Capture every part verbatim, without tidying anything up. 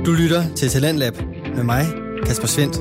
Du lytter til Talentlab med mig, Kasper Svendt.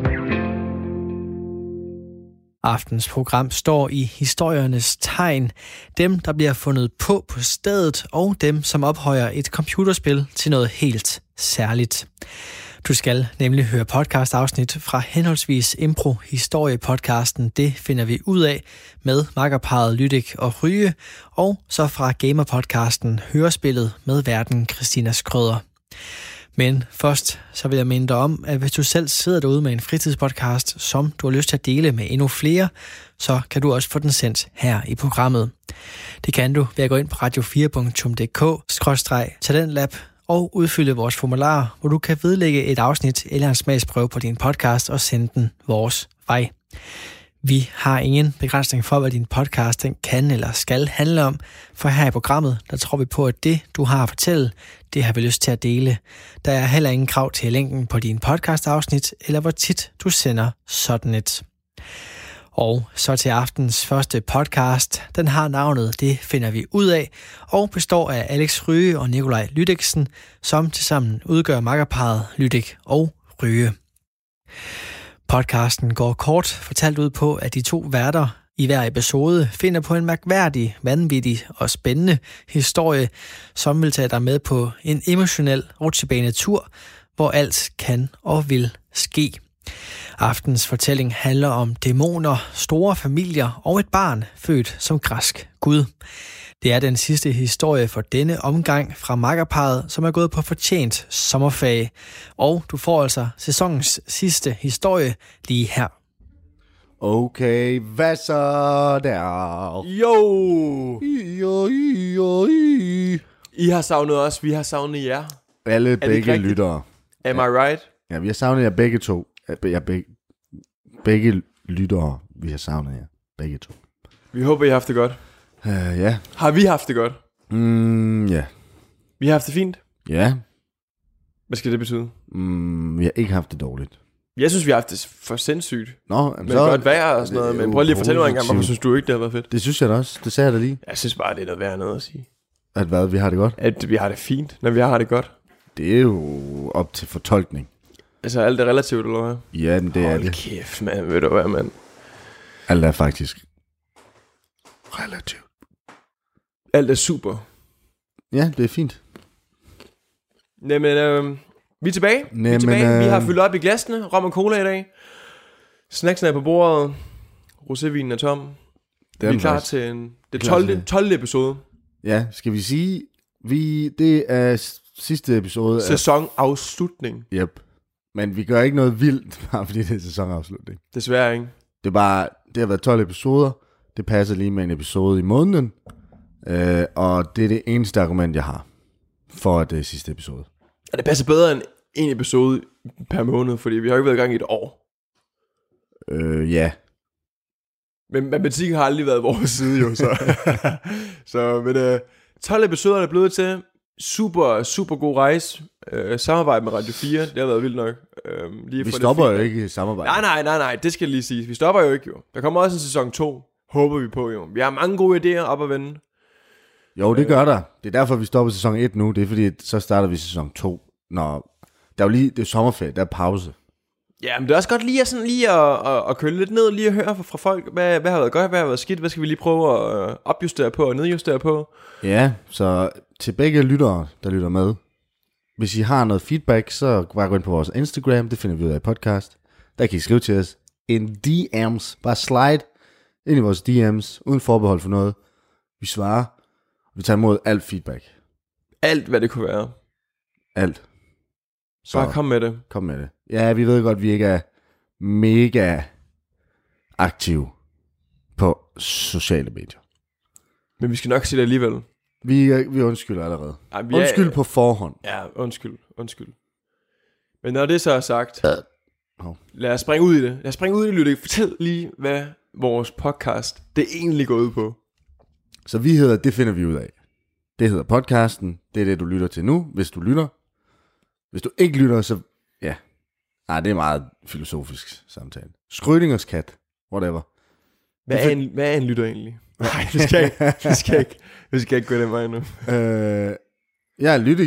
Aftens program står i historiernes tegn. Dem, der bliver fundet på på stedet, og dem, som ophøjer et computerspil til noget helt særligt. Du skal nemlig høre podcast-afsnit fra henholdsvis Impro-historie-podcasten Det finder vi ud af med makkerparret Lydik og Ryge, og så fra gamer-podcasten Hørespillet med værten Christina Skrøder. Men først så vil jeg minde dig om, at hvis du selv sidder derude med en fritidspodcast, som du har lyst til at dele med endnu flere, så kan du også få den sendt her i programmet. Det kan du ved at gå ind på radio fire punktum d k skråstreg talentlab og udfylde vores formular, hvor du kan vedlægge et afsnit eller en smagsprøve på din podcast og sende den vores vej. Vi har ingen begrænsning for, hvad din podcast den kan eller skal handle om, for her i programmet, der tror vi på, at det, du har at fortælle, det har vi lyst til at dele. Der er heller ingen krav til længden på din podcast-afsnit, eller hvor tit du sender sådan et. Og så til aftens første podcast. Den har navnet Det finder vi ud af, og består af Alex Ryge og Nikolaj Lydiksen, som tilsammen udgør makkerparret Lydik og Ryge. Podcasten går kort fortalt ud på, at de to værter i hver episode finder på en mærkværdig, vanvittig og spændende historie, som vil tage dig med på en emotionel rutsjebanetur, hvor alt kan og vil ske. Aftens fortælling handler om dæmoner, store familier og et barn født som græsk gud. Det er den sidste historie for denne omgang fra makkerparret, som er gået på fortjent sommerferie. Og du får altså sæsonens sidste historie lige her. Okay, hvad så der? Jo! Jo, jo, jo. I har savnet os, vi har savnet jer. Alle begge lyttere. Am I right? Ja, vi har savnet jer begge to. Ja, begge, begge lyttere, vi har savnet jer. Begge to. Vi håber, I har haft det godt. Uh, ja. Har vi haft det godt? Mm, ja. Vi har haft det fint? Ja. Hvad skal det betyde? Mm, vi har ikke haft det dårligt. Jeg synes, vi har haft det for sindssygt. Nå, men så godt vejr og sådan noget. Men prøv lige at fortælle mig engang, hvorfor synes du ikke, det har været fedt? Det synes jeg da også. Det sagde jeg da lige. Jeg synes bare, det er noget værd noget at sige. At hvad? Vi har det godt? At vi har det fint, når vi har det godt. Det er jo op til fortolkning. Altså alt er relativt, eller hvad? Ja, det Hold er det. kæft, mand. Ved du hvad, mand? Alt er faktisk relativt. Alt er super. Ja, det er fint. Jamen, øh, vi er tilbage. Jamen, vi er tilbage. Øh... Vi har fyldt op i glasene. Rom og cola i dag. Snacksen er på bordet. Rosévinen er tom. Vi er klar til en, det tolvte, tolvte episode. Ja, skal vi sige, vi det er sidste episode. Sæsonafslutning. Af... Yep. Men vi gør ikke noget vildt, bare fordi det er sæsonafslutning. Desværre ikke. Det er bare, det har været tolv episoder. Det passer lige med en episode i måneden. Øh, og det er det eneste argument, jeg har for det sidste episode. Og det passer bedre end en episode per måned, fordi vi har ikke været i gang i et år. Øh, ja. Men matematik har aldrig været vores side jo, så. så men øh, tolv episoder er det blevet til. Super, super god rejse. Øh, samarbejde med Radio fire, det har været vildt nok. Øh, lige vi stopper jo ikke i samarbejde. Nej, nej, nej, nej, det skal jeg lige sige. Vi stopper jo ikke jo. Der kommer også en sæson to, håber vi på jo. Vi har mange gode idéer op at vende. Jo, det gør der. Det er derfor, vi stopper sæson et nu. Det er fordi, så starter vi sæson to. Når der er jo lige, det er sommerferie, der er pause. Ja, men det er også godt lige at, sådan lige at, at, at køle lidt ned, lige at høre fra, fra folk, hvad, hvad har været godt, hvad har været skidt, hvad skal vi lige prøve at opjustere på og nedjustere på. Ja, så til begge lyttere, der lytter med, hvis I har noget feedback, så bare gå ind på vores Instagram, det finder vi ud af i podcast. Der kan I skrive til os en D M's, bare slide ind i vores D M's, uden forbehold for noget. Vi svarer, vi tager imod alt feedback. Alt, hvad det kunne være. Alt. Så bare kom med det. Kom med det. Ja, vi ved godt, vi ikke er mega aktive på sociale medier. Men vi skal nok sige det alligevel. Vi, vi undskylder allerede. Ej, vi undskyld er, på forhånd. Ja, undskyld, undskyld. Men når det så er sagt, ja. oh. lad os springe ud i det. Lad os springe ud i det, Lydik. Fortæl lige, hvad vores podcast, det egentlig går ud på. Så vi hedder, det finder vi ud af. Det hedder podcasten. Det er det, du lytter til nu, hvis du lytter. Hvis du ikke lytter, så ja. Nej, det er meget filosofisk samtale. Schrödingers kat, whatever. Hvad er en, hvad er en lytter egentlig? Nej, vi skal ikke, vi skal ikke, vi skal ikke gå den vej nu. øh, jeg er Lydik.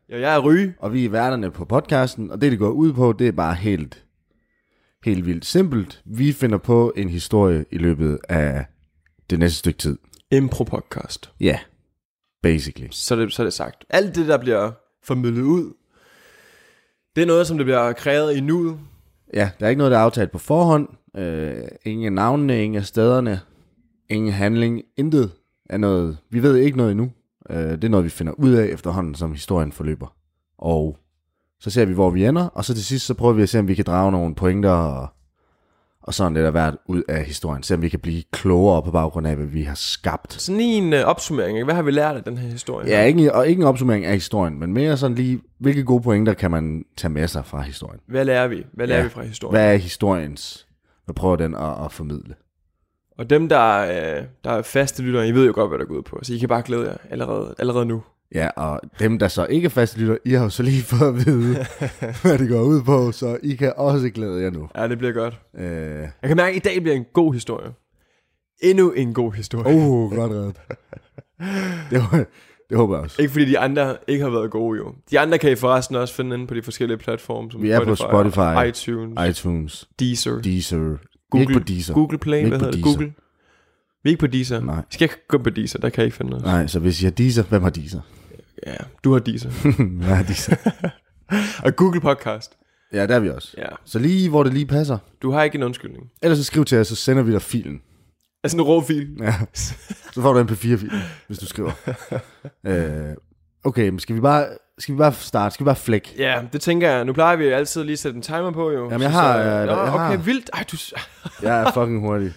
Ja, jeg er Ryge. Og vi er værterne på podcasten, og det, det går ud på, det er bare helt, helt vildt simpelt. Vi finder på en historie i løbet af det næste stykke tid. Impro-podcast. Ja, yeah, basically. Så er, det, så er det sagt. Alt det, der bliver formidlet ud, det er noget, som det bliver krævet i nuet. Ja, der er ikke noget, der er aftalt på forhånd. Øh, ingen navnene, ingen stederne, ingen handling, intet er noget. Vi ved ikke noget endnu. Øh, det er noget, vi finder ud af efterhånden, som historien forløber. Og så ser vi, hvor vi ender, og så til sidst, så prøver vi at se, om vi kan drage nogle pointer og, og sådan lidt af hvert ud af historien. Se, om vi kan blive klogere på baggrund af, hvad vi har skabt. Sådan lige en uh, opsummering, ikke? Hvad har vi lært af den her historie? Ja, ikke, og ikke en opsummering af historien, men mere sådan lige, hvilke gode pointer kan man tage med sig fra historien? Hvad lærer vi? Hvad lærer ja, vi fra historien? Hvad er historiens? Hvad prøver den at, at formidle? Og dem, der er, der er faste lyttere, I ved jo godt, hvad der går ud på. Så I kan bare glæde jer allerede, allerede nu. Ja, og dem, der så ikke er faste lytter, I har jo så lige fået at vide, hvad det går ud på, så I kan også glæde jer nu. Ja, det bliver godt. Øh... Jeg kan mærke, at i dag bliver en god historie. Endnu en god historie. Åh, oh, godt reddet. Det, det håber jeg også. Ikke fordi de andre ikke har været gode, jo. De andre kan I forresten også finde inde på de forskellige platforme. Som vi er Spotify, på Spotify, iTunes, iTunes Deezer, Deezer. Google, vi er ikke på Deezer. Google Play, hvad hedder det? Deezer. Google. Vi er ikke på Deezer. Nej. Skal jeg gå på Deezer? Der kan I ikke finde noget. Nej, så hvis I har Deezer, hvem har Deezer? Ja, du har Deezer. Hvad har Deezer? Og Google Podcast. Ja, der er vi også. Ja. Så lige hvor det lige passer. Du har ikke en undskyldning. Ellers så skriv til os, så sender vi dig filen. Altså en rå fil. Ja. Så får du en P fire fil, hvis du skriver. øh, okay, men skal vi bare skal vi bare starte? Skal vi bare flække? Ja, det tænker jeg. Nu plejer vi altid lige at sætte en timer på, jo. Jamen jeg har... Så, Øh, Nå, jeg okay, har, vildt. Ej, du... jeg er fucking hurtig.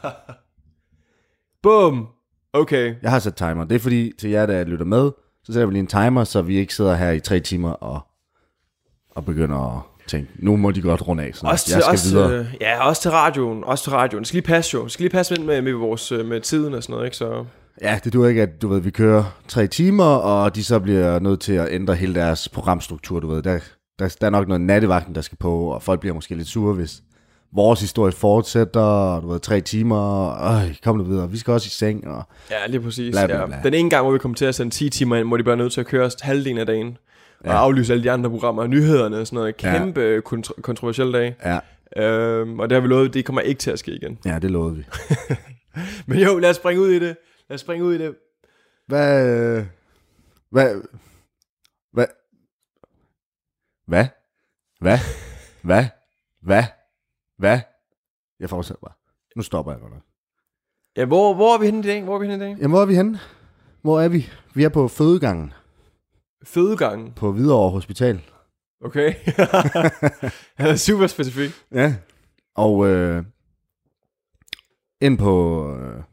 Bum. Okay. Jeg har sat timer. Det er fordi, til jer, der lytter med, så sætter vi lige en timer, så vi ikke sidder her i tre timer og, og begynder at tænke, nu må de godt runde af. Sådan. Også til, jeg skal også, videre. øh, ja, også til radioen. Også til radioen. Det skal lige passe jo. Det skal lige passe med, med, med, vores, med tiden og sådan noget, ikke? Så... Ja, det duer ikke, at du ved, vi kører tre timer, og de så bliver nødt til at ændre hele deres programstruktur, du ved. Der, der, der er nok noget nattevagten, der skal på, og folk bliver måske lidt sure, hvis vores historie fortsætter, du ved, tre timer, og øh, kom nu videre, vi skal også i seng, og... Ja, lige præcis. Bla, bla, bla. Ja. Den ene gang, hvor vi kommer til at sende ti timer ind, hvor de bare er nødt til at køre halvdelen af dagen, ja. Og aflyse alle de andre programmer, nyhederne og sådan noget. Kæmpe ja. kontro- kontroversiel dag. Ja. Øhm, og det har vi lovet, det kommer ikke til at ske igen. Ja, det lovede vi. Men jo, lad os springe ud i det. Lad os springe ud i det. Hvad... Øh, hvad... Hvad... Hvad? Hvad? Hvad? Hvad? Hvad? Jeg fortsætter bare. Nu stopper jeg godt nok. Ja, hvor, hvor er vi henne i dag? Hvor er vi henne i dag? Jamen, hvor er vi henne? Hvor er vi? Vi er på fødegangen. Fødegangen? På Hvidovre Hospital. Okay. Han er super specifik. Ja. Og øh, ind på øh,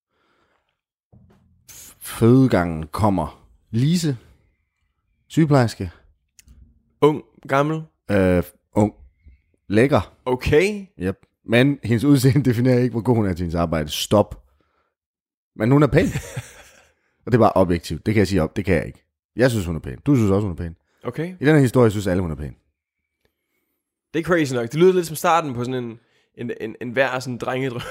fødegangen kommer Lise, sygeplejerske. Ung, gammel. Øh, ung. Lækker. Okay. Yep. Men hendes udseende definerer ikke, hvor god hun er til hendes arbejde. Stop. Men hun er pæn. Og det er bare objektivt. Det kan jeg sige op. Det kan jeg ikke. Jeg synes, hun er pæn. Du synes også, hun er pæn. Okay. I den her historie synes alle, hun er pæn. Det er crazy nok. Det lyder lidt som starten på sådan en, en, en, en hver sådan drengedrøm.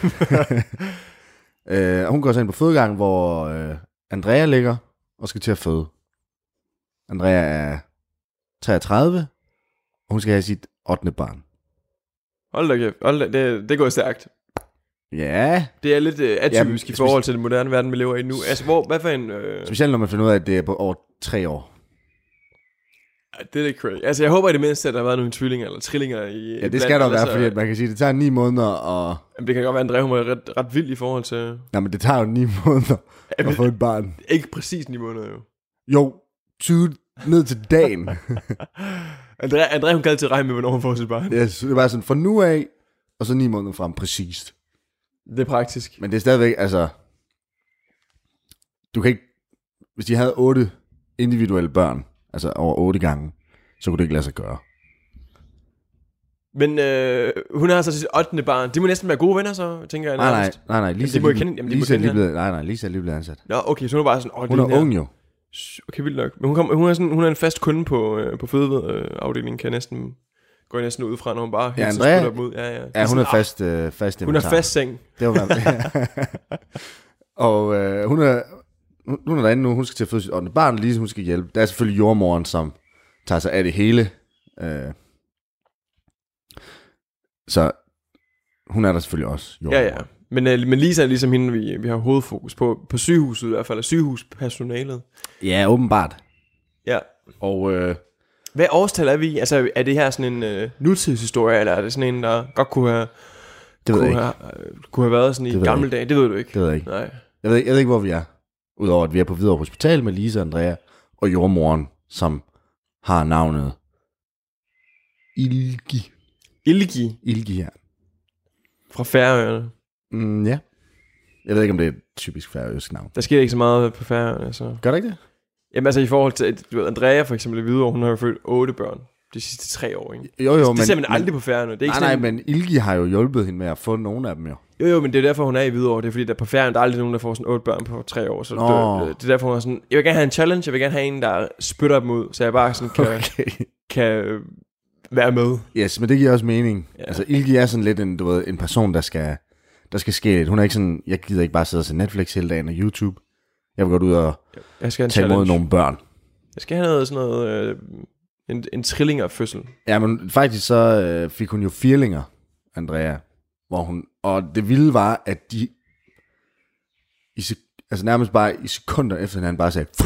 øh, hun går så ind på fødegangen, hvor øh, Andrea ligger og skal til at føde. Andrea er treogtredive, og hun skal have sit ottende barn. Hold da kæft. Hold da, det, det går stærkt. Ja. Det er lidt uh, atypisk ja, i forhold til den moderne verden, vi lever i nu. Altså, hvor, hvad for en... Øh... Specielt når man finder ud af, at det er på over tre år. Det er lidt crazy. Altså, jeg håber i det mindste, at der har været nogle tvillinger eller trillinger i... Ja, det skal der være, fordi at man kan sige, at det tager ni måneder og... Jamen, det kan godt være, at Andrea, hun er ret, ret vild i forhold til... Nej, men det tager jo ni måneder Jamen, at få et barn. Ikke præcis ni måneder, jo. Jo, tyve ned til dagen. Andrea, Andrea, hun kan altid regne med, hvornår hun får sit barn. Ja, så det er bare sådan, fra nu af, og så ni måneder frem, præcist. Det er praktisk. Men det er stadigvæk, altså... Du kan ikke... Hvis de havde otte individuelle børn, altså over otte gange, så kunne det ikke lade sig gøre. Men øh, hun har så sit ottende barn. De må næsten være gode venner, så tænker jeg. Nej, nej, nej, nej. Lisa, jamen, de må lige, kende, jamen, de Lisa må lige blevet, nej, nej, Lisa er lige blevet ansat. Nå, okay, så hun er bare sådan... Åh, hun er ung jo. Okay, vildt nok. Men hun, kom, hun, er sådan, hun er en fast kunde på, øh, på fødeafdelingen, kan jeg næsten... Går jeg næsten ud fra, når hun bare... Ja, Andrea? Op ud. Ja, ja. Ja, hun sådan, er fast, øh, fast Hun er fast seng. Det var og øh, hun er... hun, hun er derinde nu, hun skal til at føde sit ottende barn, Lise, hun skal hjælpe. Der er selvfølgelig jordmoren, som tager sig af det hele. Øh, så hun er der selvfølgelig også, jordmoren. Ja, ja. Men, øh, men Lisa er ligesom hende, vi, vi har hovedfokus på, på sygehuset i hvert fald, sygehuspersonalet. Ja, åbenbart. Ja. Og øh, hvad årstal er vi i? Altså, er det her sådan en øh, nutidshistorie, eller er det sådan en, der godt kunne have, det ved kunne jeg have, øh, kunne have været sådan i gamle dage? Det ved du ikke. Det ved jeg ikke. Nej. Jeg ved, jeg ved ikke, hvor vi er. Udover at vi er på Hvidovre Hospital med Lisa, Andrea og jordmoren, som har navnet Ilgi. Ilgi? Ilgi, ja. Fra Færøerne. Mm, ja. Jeg ved ikke, om det er et typisk færøsk navn. Der sker ikke så meget på Færøerne, så... Gør det ikke det? Jamen altså i forhold til, du ved, Andrea for eksempel i Hvidovre, hun har jo født otte børn de sidste tre år, ikke? Jo, jo, det, men... det ser man men, aldrig på Færøerne. Det er ikke nej, sådan, nej, men Ilgi har jo hjulpet hende med at få nogle af dem, jo. Jo, jo, men det er derfor, hun er i Hvidovre. Det er fordi, der på Færøerne, der er aldrig nogen, der får sådan otte børn på tre år. Så oh. det, det er derfor, hun er sådan, jeg vil gerne have en challenge, jeg vil gerne have en, der spytter dem ud, så jeg bare sådan kan, okay. kan være med. Yes, men det giver også mening. Ja. Altså, Ilgi er sådan lidt en, du ved, en person, der skal, der skal ske lidt. Hun er ikke sådan, jeg gider ikke bare sidde og se Netflix hele dagen og YouTube. Jeg vil godt ud og jeg skal tage imod nogle børn. Jeg skal have noget sådan noget, øh, en, en trillingerfødsel. Ja, men faktisk så øh, fik hun jo firlinger, Andrea. Hvor hun, og det vilde var, at de, i, altså nærmest bare i sekunder efter hinanden, bare sagde,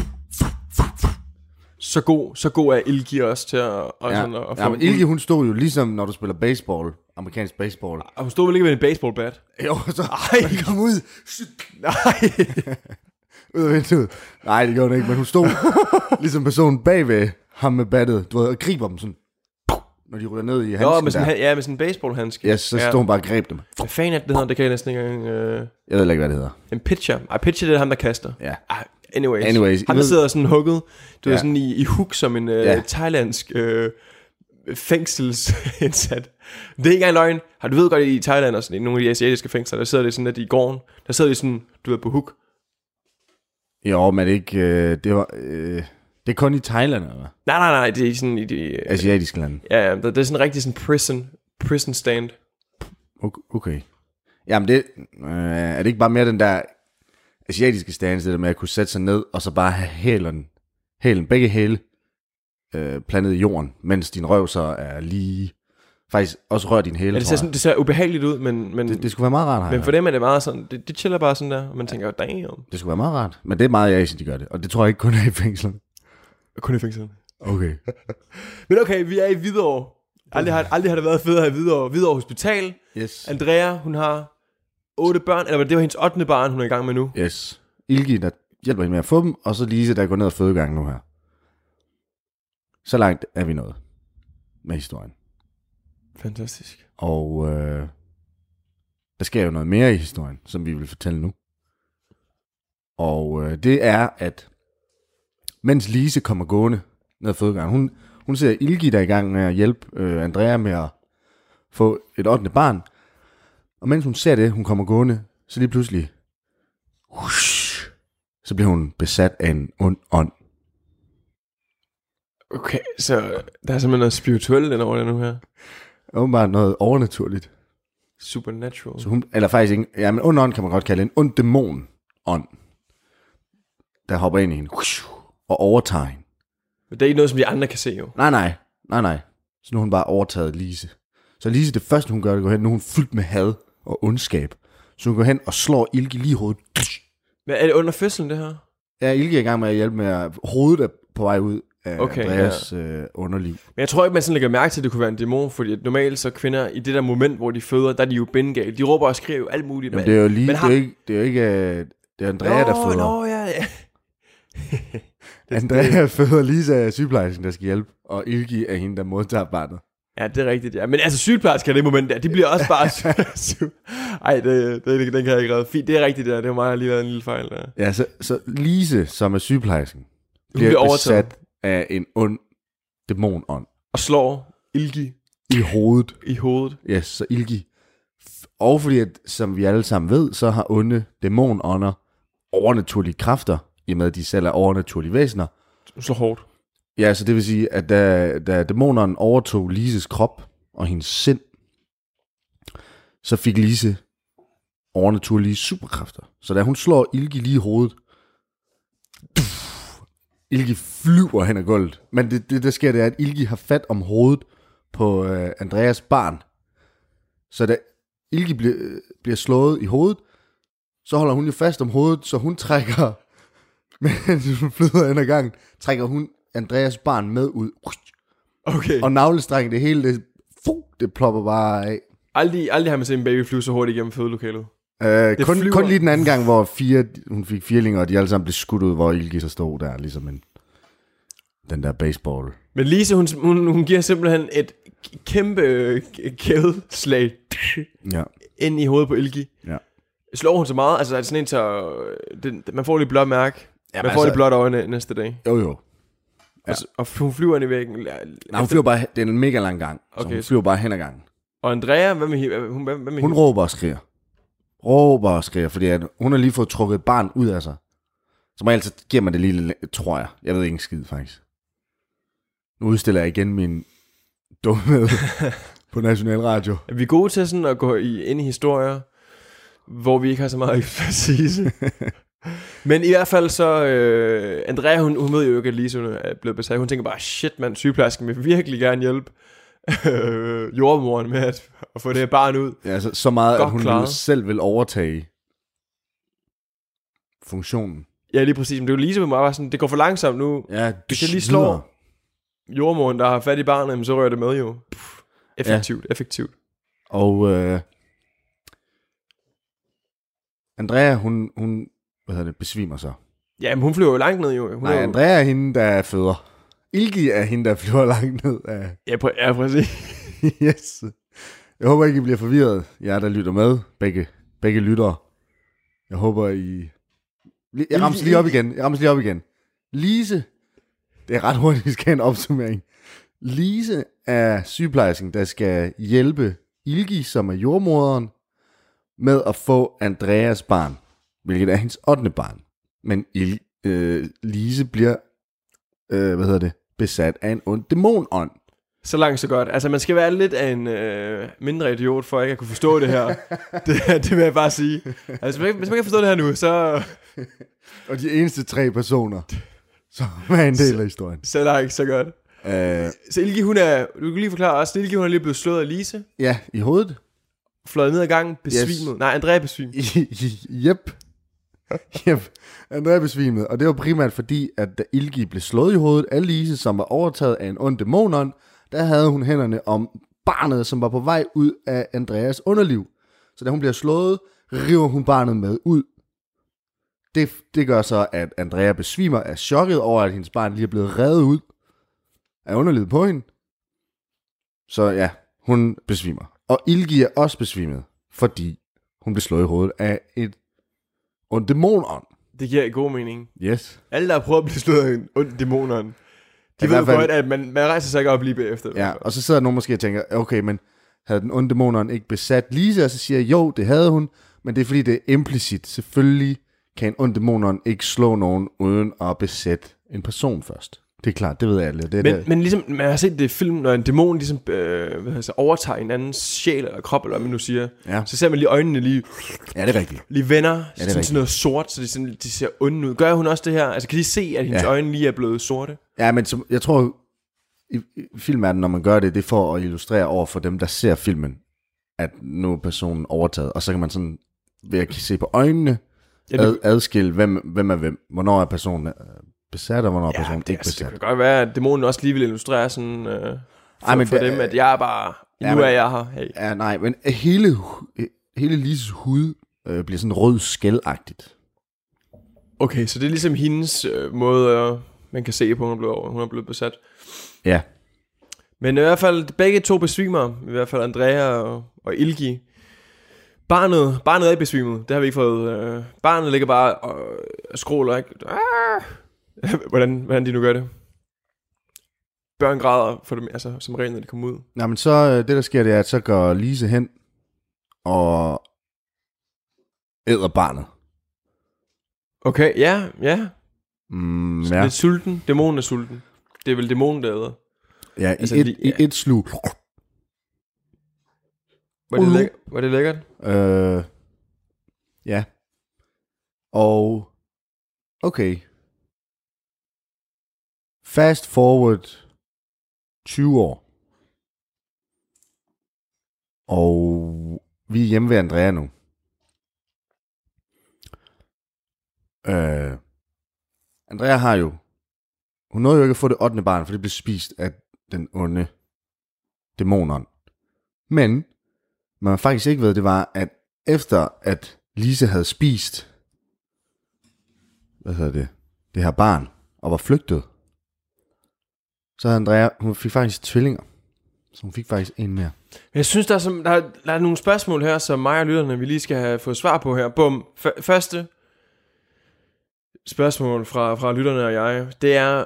så god, så god er Ilgi også til at, og ja. sådan, at få... Ja, men Ilgi, hun stod jo ligesom, når du spiller baseball, amerikansk baseball. Og hun stod vel ikke med en baseballbat? Jo, så Ej. kom ud. Nej. ud af vinduet. Nej, det gjorde hun ikke, men hun stod ligesom personen bagved ham med battet, du ved, og griber dem sådan, når de ruller ned i handsken. Nå, med sådan, ja, med sådan en baseballhandske. Ja, så stod ja. hun bare og greb dem. Hvad fanden er det, det hedder? Det kan jeg næsten ikke engang... Øh... Jeg ved ikke, hvad det hedder. En pitcher. Ej, pitcher, det er ham, der kaster. Ja. Ej, anyways. anyways. Han, der ved... sidder sådan hugget. Du ja. er sådan i, i hook som en øh, ja. thailandsk øh, fængselsindsat. Det er ikke engang løgn. Har du ved godt, i Thailand og sådan, i nogle af de asiatiske fængsler, der sidder det sådan, at i gården, der sidder de sådan, du ved, på hook. Jo, men det er ikke... Øh, det var... Øh, det er kun i Thailand, eller? Nej, nej, nej, det er sådan i de... Øh, asiatiske lande. Ja, ja, det er sådan rigtig sådan prison, prison stand. Okay. Jamen det... Øh, er det ikke bare mere den der asiatiske stance, det der med at kunne sætte sig ned, og så bare have hælen, hælen begge hæle, øh, plantet i jorden, mens din røv så er lige... Faktisk også rører din hæle, ja, det ser, sådan, det ser ubehageligt ud, men... men det, det skulle være meget rart her. Men for dem er det meget sådan... Det, det chiller bare sådan der, og man tænker, damn. Det skulle være meget rart. Men det er meget i Asien, de gør det. Og det tror jeg ikke kun er i fængslerne. Kun i fængslerne. Okay. Men okay, vi er i Hvidovre. Aldrig har, aldrig har det været federe i Hvidovre. Hvidovre Hospital. Yes. Andrea, hun har otte børn. Eller det var hendes ottende barn, hun er i gang med nu. Yes. Ilgi, der hjælper hende med at få dem. Og så Lise, der går ned og fødegangen nu her. Så langt er vi nået med historien. Fantastisk. Og øh, der sker jo noget mere i historien, som vi vil fortælle nu. Og øh, det er, at mens Lise kommer gående ned ad fødegangen, hun, hun ser Ilgi, der er i gang med at hjælpe øh, Andrea med at få et ottende barn. Og mens hun ser det, hun kommer gående, så lige pludselig, whoosh, så bliver hun besat af en ond ånd. Okay, så der er simpelthen noget spirituelt ind over det nu her. Åbenbart noget overnaturligt. Supernatural. Så hun, eller faktisk ikke, ja, men ond ånd kan man godt kalde en ond dæmon ånd, der hopper ind i hende og overtager hende. Men det er ikke noget, som de andre kan se jo. Nej, nej, nej, nej. Så nu har hun bare overtaget Lise. Så Lise, det første hun gør, det går hen, nu er hun fyldt med had og ondskab. Så hun går hen og slår Ilgi lige i hovedet. Men er det under fødslen, det her? Ja, Ilgi er i gang med at hjælpe med at hovedet er på vej ud af okay, Andreas ja. øh, underliv. Men jeg tror ikke, man sådan lægger mærke til, at det kunne være en dæmon, fordi at normalt så kvinder i det der moment, hvor de føder, der er de jo bindegale. De råber og skriver jo alt muligt. Jamen, det er jo lige, det, har... det er jo ikke, det er jo ikke, øh, det er Andrea, nå, der føder. Nå, ja, ja. Andrea føder Lisa af sygeplejersken, der skal hjælpe, og Ilgi er hende, der modtager barnet. Ja, det er rigtigt, ja. Men altså sygeplejersker i det moment der, de bliver også bare... Ej, det, det, den kan jeg ikke redde. Fint, det er rigtigt, der. Det var mig, der lige været en lille fejl der. Ja, så, så Lise, som er sygeplejersken, bliver, bliver besat af en ond dæmonånd. Og slår Ilgi i hovedet. I hovedet. Ja, yes, så Ilgi. Og fordi, at, som vi alle sammen ved, så har onde dæmonånder overnaturlige kræfter, i med at de selv er overnaturlige væsener. Så hårdt. Ja, så det vil sige, at da, da dæmonerne overtog Lises krop og hendes sind, så fik Lise overnaturlige superkræfter. Så da hun slår Ilgi lige i hovedet, Ilgi flyver hen ad gulvet. Men det, det der sker, det er, at Ilgi har fat om hovedet på øh, Andreas barn. Så da Ilgi bliver, øh, bliver slået i hovedet, så holder hun jo fast om hovedet, så hun trækker, mens hun flyder hen ad gangen, trækker hun Andreas barn med ud. Okay. Og navlestrengen, det hele, det, fuh, det plopper bare af. Aldrig, aldrig har man set en baby flyve så hurtigt igennem fødelokalet. Øh, kun, kun lige den anden gang, hvor fire, hun fik firlinger, og de alle sammen blev skudt ud, hvor Ilgi så stod der, ligesom en, den der baseball. Men Lise, hun, hun, hun giver simpelthen et kæmpe kædeslag Ja. ind i hovedet på Ilgi. Ja. Slår hun så meget? Altså er det sådan en, så det, man får lidt blåt mærke. Ja, man får altså, lidt blåt øjne næste dag. Jo, jo. Ja. Og, og hun flyver ind i væggen. Nej, hun flyver bare, det er en mega lang gang, så Okay. hun flyver bare hen ad gangen. Og Andrea, hvad med, hi- hun, hvad, hvad med Hun hende? råber og skriger. Råber og skriger, fordi at hun har lige fået trukket et barn ud af sig. Som regel, så giver man det lige, tror jeg. Jeg ved ikke en skid, faktisk. Nu udstiller jeg igen min dumhed på National Radio. Er vi gode til sådan at gå i, ind i historier, hvor vi ikke har så meget ekspertise? Men i hvert fald så, øh, Andrea, hun, hun ved jo ikke, at Lise hun er blevet besat. Hun tænker bare, shit mand, sygeplejersken vil virkelig gerne hjælpe øh, jordmoren med at, at få det her barn ud. Ja, altså, så meget, Godt at hun klaret. nu selv vil overtage funktionen. Ja, lige præcis. Men det er jo Lise, hvor bare sådan, det går for langsomt nu. Ja, Hvis jeg lige slår jordmoren, der har fat i barnet, jamen, så rører det med jo. Puh, effektivt, ja. effektivt. Og øh, Andrea, hun, hun hvad hedder det, besvimer så. Ja, men hun flyver jo langt ned jo. Hun Nej, er jo... Andrea er hende, der føder. Ilgi er hende, der flyver langt ned af... Ja, præ- ja, præcis. Yes. Jeg håber ikke, I bliver forvirret, jer der lytter med. Begge, begge lyttere. Jeg håber, I... Jeg rammer lige op igen. Jeg rammer lige op igen. Lise. Det er ret hurtigt, vi skal have en opsummering. Lise er sygeplejersken, der skal hjælpe Ilgi, som er jordmoderen, med at få Andreas barn, hvilket er hendes ottende barn. Men Il, øh, Lise bliver, øh, hvad hedder det, besat af en ond dæmonånd. Så langt, så godt. Altså, man skal være lidt af en øh, mindre idiot, for ikke at kunne forstå det her. det, det vil jeg bare sige. Altså, hvis man, ikke- hvis man kan forstå det her nu, så, Og de eneste tre personer, som er en del af historien. så langt, så godt. Øh, Så Ilgi, hun er, du kan lige forklare også, Ilgi, hun er lige blevet slået af Lise, ja, i hovedet. fløjet ned ad gangen, besvimet. Yes. Nej, Andrea besvimet. Jep. Jep. Andrea besvimede, og det var primært fordi, at da Ilgi blev slået i hovedet af Lise, som var overtaget af en ond dæmonånd, der havde hun hænderne om barnet, som var på vej ud af Andreas underliv. Så da hun bliver slået, river hun barnet med ud. Det, det gør så, at Andrea besvimer af chokket over, at hendes barn lige er blevet revet ud af underlivet på hende. Så ja, hun besvimer. Og Ilgi er også besvimet, fordi hun blev slået i hovedet af et ond dæmonånd. Det giver god mening. Yes. Alle, der har prøvet at blive slået af en ond dæmoneren, de I ved hvert fald- godt, at man, man rejser sig ikke op lige bagefter. Ja, og så sidder nogen måske og tænker, okay, men havde den onde dæmoneren ikke besat Lise? Og så siger jeg, jo, det havde hun, men det er fordi, det er implicit. Selvfølgelig kan en ond dæmoneren ikke slå nogen, uden at besætte en person først. Det er klart, det ved alle. Det er Men, det. men ligesom, man har set det i film, når en dæmon ligesom, øh, hvad hedder det, så overtager en andens sjæl eller krop, eller hvad man nu siger, Ja. så ser man lige øjnene lige, Ja, det er rigtigt. lige vender, er ja, sådan, rigtigt. sådan noget sort, så de, sådan, de ser onde ud. Gør hun også det her? Altså kan de se, at hendes Ja. øjne lige er blevet sorte? Ja, men som, jeg tror, i, i filmverdenen, når man gør det, det er for at illustrere over for dem, der ser filmen, at nu er personen overtaget. Og så kan man sådan, ved at se på øjnene, Ja, det, ad, adskille, hvem, hvem er hvem. Hvornår er personen øh, besat, og hvornår er ja, personen det, ikke altså, det besat. kan godt være, at dæmonen også lige vil illustrere sådan, øh, for, Ej, men for det- dem, at jeg er bare, Ja, nu men- er jeg her. Hey. Ja, nej, men hele, hu- hele Lises hud øh, bliver sådan rød skældagtigt. Okay, så det er ligesom hendes øh, måde, øh, man kan se på, hun er blevet, hun er blevet besat. Ja. Men i hvert fald, begge to besvimer, i hvert fald Andrea og, og Ilgi. Barnet, barnet er ikke besvimet, det har vi ikke fået. Øh, barnet ligger bare og, og skråler, ikke? Ah! hvordan, hvordan de nu gør det. Børn græder for dem, altså, som regel, når de kommer ud. Nå, men så, øh, det der sker, det er, at så går Lise hen og æder barnet. Okay, ja, ja. Mm, ja. ja. Lidt sulten. Dæmonen er sulten. Det er vel dæmonen, der æder. Ja, i, Altså, et, lige- i et slug. Var det, Uh. læk- var det lækkert? Øh, ja. Og okay. Fast forward tyve år. Og vi er hjemme ved Andrea nu. Øh, Andrea har jo... Hun nåede jo ikke at få det ottende barn, for det blev spist af den onde dæmoneren. Men, man faktisk ikke ved, det var, at efter at Lise havde spist... Hvad hedder det? Det her barn, og var flygtet, så havde Andrea... Hun fik faktisk tvillinger. Så hun fik faktisk en mere. Jeg synes, der er, som, der, er, der er nogle spørgsmål her, som mig og lytterne, vi lige skal have fået svar på her. Bum. F- første spørgsmål fra, fra lytterne og jeg, det er,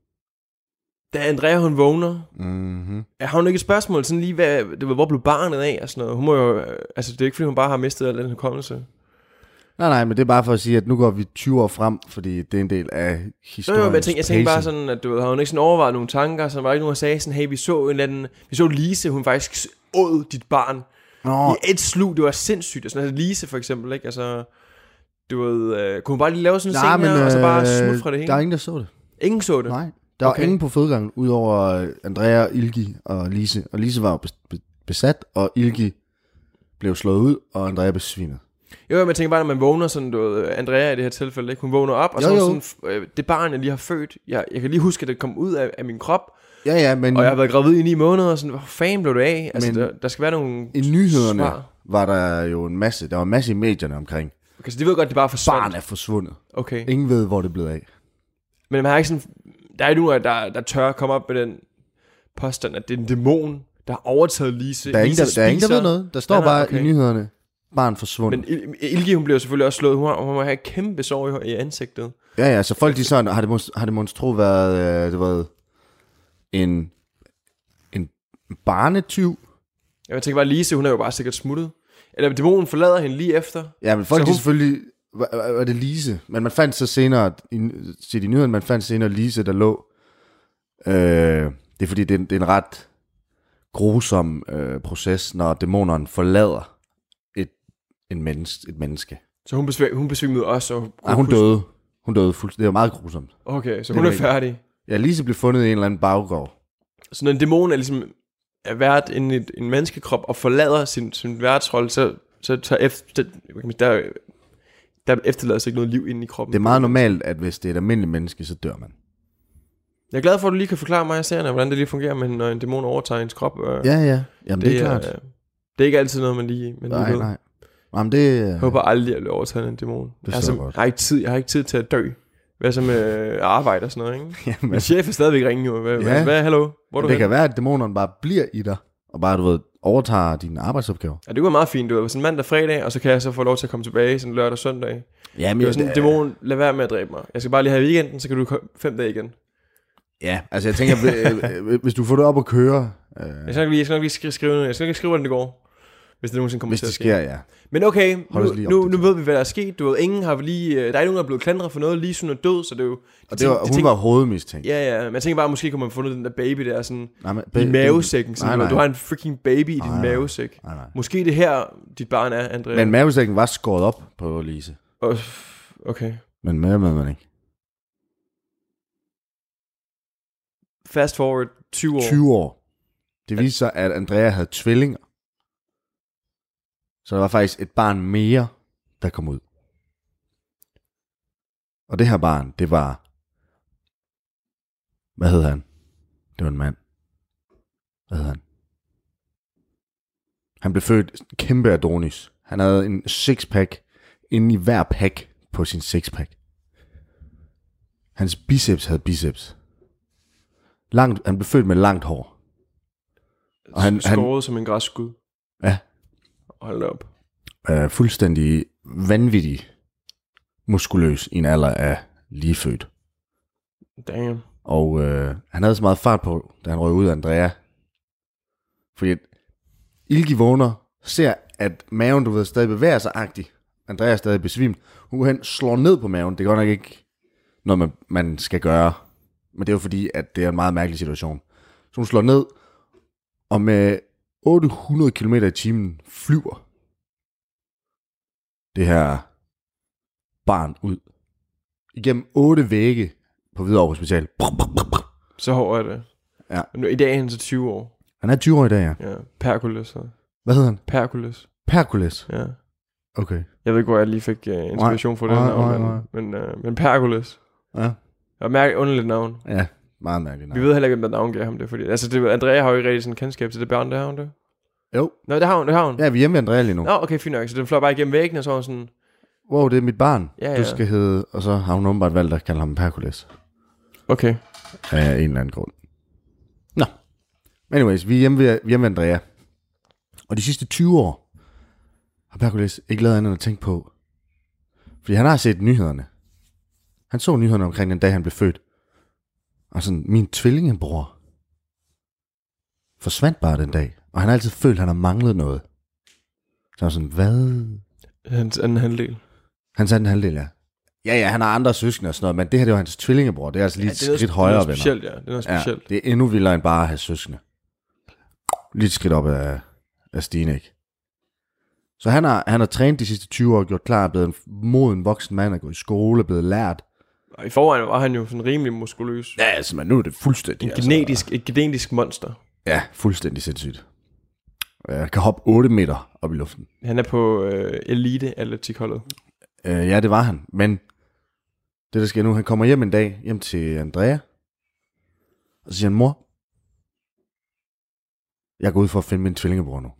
da Andrea hun vågner, Mm-hmm. er hun ikke et spørgsmål, sådan lige, hvad, det var, hvor blev barnet af, og sådan noget. Hun må jo, altså det er ikke fordi, hun bare har mistet al den hukommelse. Nej, nej, men det er bare for at sige, at nu går vi tyve år frem, fordi det er en del af historien. Jo, jo, men jeg tænker, jeg tænker bare sådan, at du ved, har hun ikke sådan overvejet nogle tanker, så var der ikke nogen, der sagde sådan, hey, vi så en eller anden, vi så Lise, hun faktisk åd dit barn. Nå. I et slug, det var sindssygt. Og sådan, altså Lise for eksempel, ikke? Altså, du ved, øh, kunne hun bare lige lave sådan en Nej, scene men, her, og så bare øh, smutte fra det hele? Der er ingen, der så det. Ingen så det? Nej, der var Okay. ingen på fødegangen, udover Andrea, Ilgi og Lise. Og Lise var jo bes- be- besat, og Ilgi blev slået ud, og Andrea besvimede. Jo, men jeg tænker bare, når man vågner sådan, du ved, Andrea i det her tilfælde, ikke? Hun vågner op, og så Jo, er jo. hun sådan, øh, det barn, jeg lige har født, jeg, jeg kan lige huske, at det kom ud af, af min krop, Ja, ja, men og jeg har været gravid i ni måneder, og sådan, hvor fanden blev det af? Altså, Men der, der skal være nogle i nyhederne svar. var der jo en masse, der var en masse i medierne omkring. Okay, så de ved godt, det bare forsvandt. Barn er forsvundet. Okay. Ingen ved, hvor det er blevet af. Men man har ikke sådan, der er ikke nogen, der, der tør at komme op med den påstand, at det er en dæmon, der har overtaget Lise. Der er ingen, der, Lise der, er ingen, der spiser- ved noget. Der står Nej, nej, bare okay. i nyhederne, barn forsvundet. Men Il- Ilgi, hun bliver selvfølgelig også slået. Hun, har, hun må have kæmpe sår i, i ansigtet. Ja, ja, så folk de sådan, har det, mås- har det monstro været, øh, det været en, en barnetyv? Jeg tænker bare, Lise, hun er jo bare sikkert smuttet. Eller dæmonen forlader hende lige efter. Ja, men folk Så de hun- selvfølgelig, var, var var det Lise? Men man fandt så senere, i, set i nyhederne, man fandt senere Lise, der lå. Øh, det er fordi, det er, det er en ret grusom øh, proces, når dæmoneren forlader et, en menneske, et menneske. Så hun, besvim, hun besvimede også. Og Nej, hun døde. Hun døde fuldstændig. Det var meget grusomt. Okay, så Det hun er er rigtigt. færdig. Ja, Lise blev fundet i en eller anden baggård. Så når en dæmon er ligesom er vært i en, en menneskekrop og forlader sin, sin værtsrolle, så, så tager efter, der, der efterlader sig ikke noget liv inde i kroppen. Det er meget normalt, at hvis det er et almindeligt menneske, så dør man. Jeg er glad for, at du lige kan forklare mig og serien, hvordan det lige fungerer, men når en dæmon overtager ens krop. Øh, Ja, ja. Jamen, det, det er klart. Øh, det er ikke altid noget, man lige, man lige Nej, ved. nej. Jamen, det... Jeg håber aldrig, at jeg bliver overtaget af en dæmon. Det Altså, så godt. jeg, har ikke tid, jeg har ikke tid til at dø. Hvad så med arbejde og sådan noget, ikke? Jamen, Min chef er stadigvæk ringe jo. Hvad, Ja. hvad, hvad hallo? Hvor er du det hen? kan være, at dæmonerne bare bliver i dig, og bare, du ved, overtager dine arbejdsopgaver. Ja, det kunne være meget fint, du ved. Sådan mandag, fredag, og så kan jeg så få lov til at komme tilbage sådan lørdag og søndag. Ja, Det er sådan, dæmon, lad være med at dræbe mig. Jeg skal bare lige have weekenden, så kan du komme fem dage igen. Ja, altså jeg tænker, øh, øh, hvis du får det op at køre, øh, Jeg skal nok lige, jeg skal nok lige skrive, skrive, jeg skal nok ikke skrive, hvordan det går. Hvis det nogensinde kommer hvis til det at ske. sker, ja. Men okay, Hold nu, os lige nu, nu opdateret. ved vi, hvad der er sket. Du ved, ingen har lige, der er ikke nogen, der er blevet klandret for noget. Lige sådan er død, så det er jo... Og det var, hun tænker, var hovedmistænkt. Ja, ja, men jeg tænker bare, måske kunne man have fundet den der baby der sådan Nej, men, i mavesækken. Sådan, nej, nej. Du har en freaking baby i din Nej, nej. mavesæk. Nej, nej. Måske det her, dit barn er, Andrea. Men mavesækken var skåret op på Lise. Og- Okay. Men mere med man ikke. Fast forward tyve år. tyve år. Det viste sig, at Andrea havde tvillinger. Så der var faktisk et barn mere, der kom ud. Og det her barn, det var... Hvad hed han? Det var en mand. Hvad hed han? Han blev født kæmpe Adonis. Han havde en sixpack inde i hver pack på sin sixpack. Hans biceps havde biceps. Langt, han blev født med langt hår. Og han, han Skåret som en græsskud. ja, Hold da op. er fuldstændig vanvittig muskuløs i en alder af lige født. Damn. Og øh, han havde så meget fart på, da han røg ud af Andrea. Fordi at Ilgi vågner, ser at maven, du ved, stadig bevæger sig agtigt. Andrea er stadig besvimt. Hun går hen, slår ned på maven. Det er godt nok ikke noget, man, man skal gøre. Men det er jo fordi, at det er en meget mærkelig situation. Så hun slår ned, og med otte hundrede kilometer i timen flyver det her barn ud. Igennem otte vægge på Hvidovre Hospital. Så hård er det. Ja. Men nu, i dag er han så tyve år. Han er tyve år i dag, ja. Ja, Perkules. Så. Hvad hedder han? Perkules. Perkules. Ja. Okay. Jeg ved ikke, hvor jeg lige fik uh, inspiration for det nej, navn, nej, men, nej. men, uh, men Perkules. Ja. Og mærke underligt navn. Ja, meget mærkeligt navn. Vi ved heller ikke, hvem der navngav ham det, fordi altså det, Andrea har jo ikke rigtig sådan kendskab til det børn, det har hun det. Jo. Nå, det har hun, det har hun. Ja, vi er hjemme ved Andrea lige nu. Nå, okay, fint nok. Så den fløj bare igennem væggen, og så var hun sådan... Wow, det er mit barn. Ja, ja. Du skal hedde... Og så har hun åbenbart valgt at kalde ham Perkules. Okay. Af en eller anden grund. Nå. Anyways, vi er hjemme ved, vi er hjemme ved Andrea. Og de sidste tyve år har Perkules ikke lavet andet end at tænke på. Fordi han har set nyhederne. Han så nyhederne omkring den dag, han blev født. Og sådan, min tvillingebror forsvandt bare den dag. Og han har altid følt, at han har manglet noget. Så han sådan, hvad? Hans anden halvdel. Hans anden halvdel, ja. Ja, ja, han har andre søskende og sådan noget, men det her, det var hans tvillingebror. Det er altså lige Ja, et det er noget, skridt det er højere, noget venner. specielt, ja. Det er noget specielt. Ja, det er endnu vildere end bare at have søskende. Lige et skridt op af, af stigen, ikke? Så han har, han har trænet de sidste tyve år, gjort klar, blevet en moden voksen mand, er gået i skole, blevet lært. Og i forvejen var han jo sådan rimelig muskuløs. Ja, altså, men nu er det fuldstændig. En genetisk, altså, et genetisk monster. Ja, fuldstændig sindssygt. Jeg kan hoppe otte meter op i luften. Han er på øh, elite atletikholdet. Øh, ja, det var han. Men det, der sker nu, han kommer hjem en dag, hjem til Andrea. Og så siger han, mor, jeg går ud for at finde min tvillingebror nu.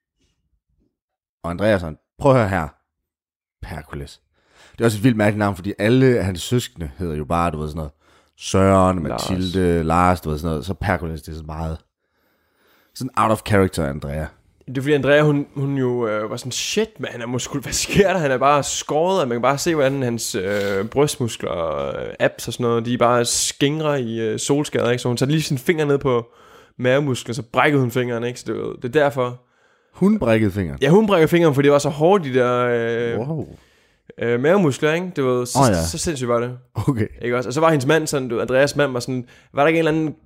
Og Andrea sådan, prøv at høre her. Perkules. Det er også et vildt mærkeligt navn, fordi alle hans søskende hedder jo bare, du ved sådan noget, Søren, Mathilde, Lars, Lars du ved sådan noget. Så Perkules, det er så meget sådan out of character, Andrea. Det er fordi Andrea, hun, hun jo øh, var sådan, shit, man, han er muskel. Hvad sker der? Han er bare skåret, og man kan bare se, hvordan hans øh, brystmuskler og øh, abs og sådan noget, de er bare skingrer i øh, solskader, ikke? Så hun tager lige sine fingre ned på mavemusklen, så brækkede hun fingeren, ikke? Så det, det er derfor. Hun brækkede fingeren? Ja, hun brækkede fingeren, fordi det var så hårdt, de der øh, wow. øh, mavemuskler, ikke? Det var så, oh, ja. så, så sindssygt var det. Okay. Ikke også? Og så var hendes mand sådan, du, Andreas mand var sådan, var der ikke en eller anden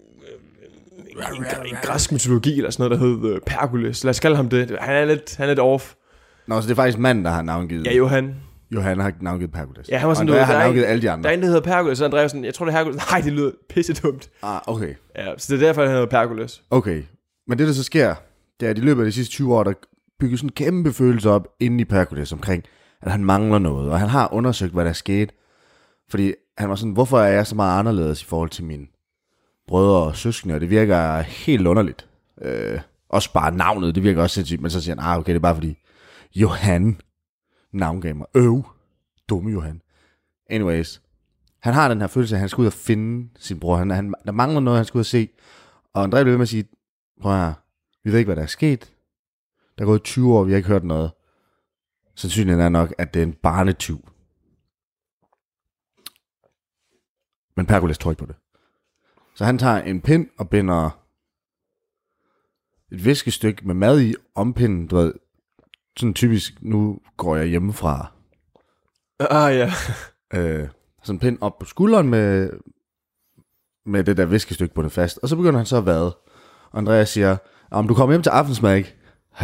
i græsk mytologi eller sådan noget, der hed uh, Perkules. Lad os kalde ham det. Han er lidt, han er lidt off. Nå, så det er faktisk manden, der har navngivet. Ja, Johan. Johan har navngivet Perkules. Ja, han var sådan, og Andrea du, har der navngivet er, alle de andre. Der er en, der hedder Perkules, så Andreas sådan, jeg tror det er Herkules. Nej, det lyder pisse dumt. Ah, okay. Ja, så det er derfor, han hedder Perkules. Okay. Men det, der så sker, det er, at i løbet af de sidste tyve år, der bygger sådan en kæmpe følelse op inde i Perkules omkring, at han mangler noget. Og han har undersøgt, hvad der er sket. Fordi han var sådan, hvorfor er jeg så meget anderledes i forhold til mine brødre og søskende? Og det virker helt underligt. Øh, også bare navnet, det virker også sindssygt. Men så siger han, ah, okay, det er bare fordi Johan navngav mig. Øv, dumme Johan. Anyways, han har den her følelse, at han skal ud og finde sin bror. Han, han, der mangler noget, han skal ud og se. Og André blev ved med at sige, prøv her, vi ved ikke, hvad der er sket. Der er gået tyve år, vi har ikke hørt noget. Sandsynligheden er nok, at det er en barnetyv. Men Perkules tror ikke på det. Så han tager en pind og binder et viskestykke med mad i om pinden. Du ved, sådan typisk, nu går jeg hjemmefra. Ah, ja. Øh, sådan en pind op på skulderen med, med det der viskestykke bundet fast. Og så begynder han så at vade. Og Andreas siger, om du kommer hjem til aftensmad, ikke?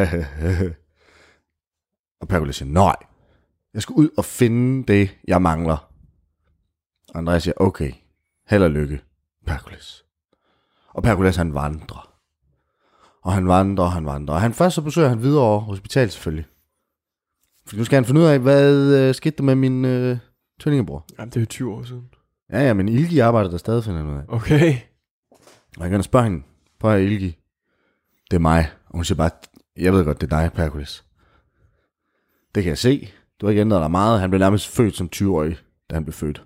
Og Perkules siger, nej. Jeg skal ud og finde det, jeg mangler. Og Andreas siger, okay. Held og lykke, Perkules. Og Perkules, han vandrer. Og han vandrer, og han vandrer. Og han først så besøger han videre over hospital selvfølgelig. For nu skal han finde ud af, hvad øh, skete der med min øh, tvillingebror. Jamen, det er jo tyve år siden. Ja, ja, men Ilgi arbejder der stadig, finder han ud af. Okay. Og jeg kan spørge hende, prøv at Ilgi, det er mig. Og hun siger bare, jeg ved godt, det er dig, Perkules. Det kan jeg se. Du har ikke ændret dig meget. Han blev nærmest født som tyve-årig, da han blev født.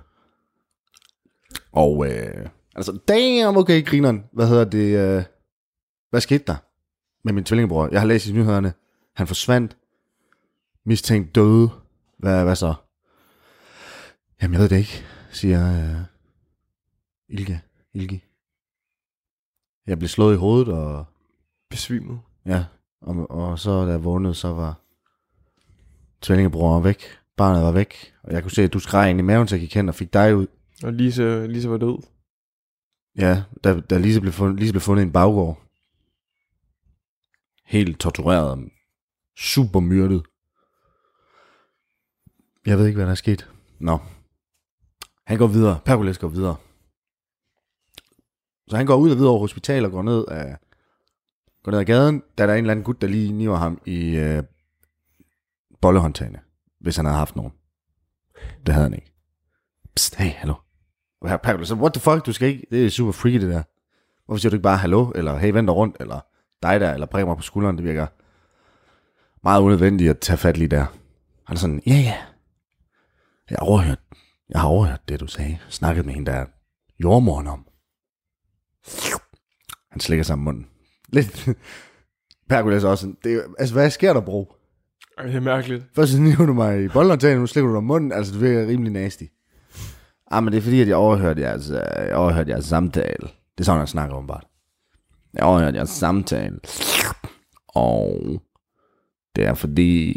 Og, øh, altså, damn, okay, grineren. Hvad hedder det? Øh, hvad skete der med min tvillingebror? Jeg har læst i nyhederne. Han forsvandt. Mistænkt døde. Hvad, hvad så? Jamen, jeg ved det ikke, siger øh, Ilge. Ilgi. Jeg blev slået i hovedet, og besvimet. Ja, og, og så da jeg vågnede, så var tvillingebror væk. Barnet var væk, og jeg kunne se, at du skreg ind i maven, så jeg gik hen og fik dig ud. Og Lise, Lise var død. Ja, da, da Lise, blev fundet, Lise blev fundet i en baggård. Helt tortureret. Super myrdet. Jeg ved ikke, hvad der er sket. Nå. Han går videre. Perkules går videre. Så han går ud af Hvidovre Hospital og går ned af, går ned ad gaden, da der er en eller anden gut, der lige niver ham i øh, bollehåndtagene, hvis han havde haft nogen. Det havde han ikke. Psst, hey, hallo. Og her Perkele, så what the fuck, du skal ikke, det er super freaky det der. Hvorfor siger du ikke bare hallo, eller hey, vend dig rundt, eller dig der, eller prik mig på skulderen, det virker meget unødvendigt at tage fat lige der. Han er sådan, ja ja, jeg har overhørt, jeg har overhørt det, du sagde. Snakket med hende der jordmoren om. Han slikker sig om munden. Lidt. Perkele så også, det er, altså hvad sker der, bro? Ej, det er mærkeligt. Først så niver du mig i boldhåndtagen, nu slikker du dig om munden, altså det virker rimelig nasty. Ah, men det er fordi, at jeg overhørte jeres, jeg overhørte jeres samtale. Det er sådan, han snakker om bare. Jeg overhørte jeres samtale. Og det er fordi,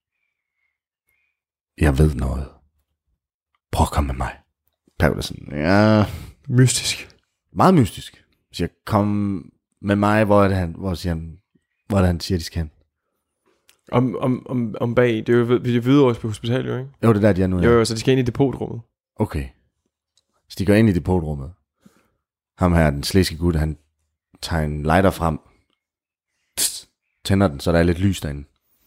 jeg ved noget. Prøv at komme med mig. Perkele sådan, ja. Mystisk. Meget mystisk. Så jeg kom med mig, hvor er det han, hvor siger han, hvor er det han siger, de skal hen? Om, om, om, om bag, det er jo ved, ved Hvidovre Hospital, jo, ikke? Jo, det er der, de er nu. Jo, jo, så de skal ind i depotrummet. Okay. Så de går ind i depotrummet. Ham her, den slæske gut, han tager en lighter frem, tss, tænder den, så der er lidt lys derinde.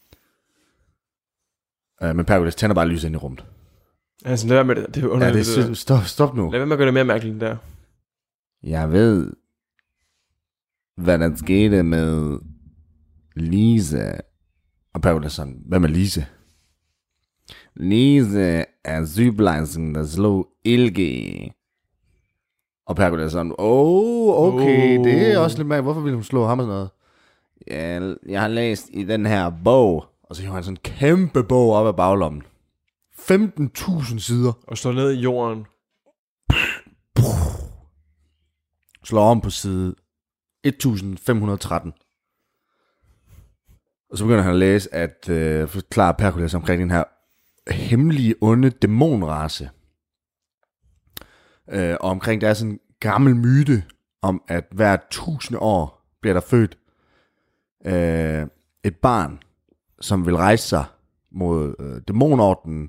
Uh, men Perkele tænder bare lys ind i rummet. Altså, lad være med det. Det er under Ja, det er, det stop, stop nu. Lad være med at gøre det mere mærkeligt der. Jeg ved, hvad der skete med Lise. Og Perkele sådan, hvad med Lise? Lise er sygeplejersken, der slog Ilge. Og Perkele er sådan, oh, okay, oh. Det er også lidt mærkeligt. Hvorfor ville hun slå ham og sådan noget? Ja, jeg har læst i den her bog. Og så hiver han sådan en kæmpe bog op af baglommen. femten tusind sider. Og slår ned i jorden. Slår om på side et tusind fem hundrede og tretten. Og så begynder han at læse, at øh, forklare Perkele omkring den her hemmelige, onde dæmonrace. Øh, og omkring, der er sådan en gammel myte, om at hver tusinde år bliver der født øh, et barn, som vil rejse sig mod øh, dæmonordenen,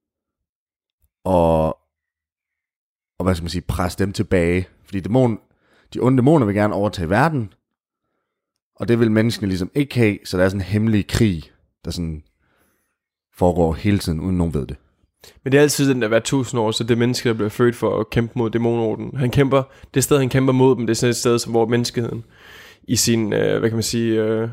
og, og hvad skal man sige, presse dem tilbage. Fordi dæmon, de onde dæmoner vil gerne overtage verden, og det vil menneskene ligesom ikke have, så der er sådan en hemmelig krig, der sådan foregår hele tiden, uden nogen ved det. Men det er altid den der hver tusind år, så det menneske, der bliver født for at kæmpe mod dæmonorden. Han kæmper, det sted, han kæmper mod dem, det er sådan et sted, som hvor menneskeheden i sin, øh, hvad kan man sige, øh,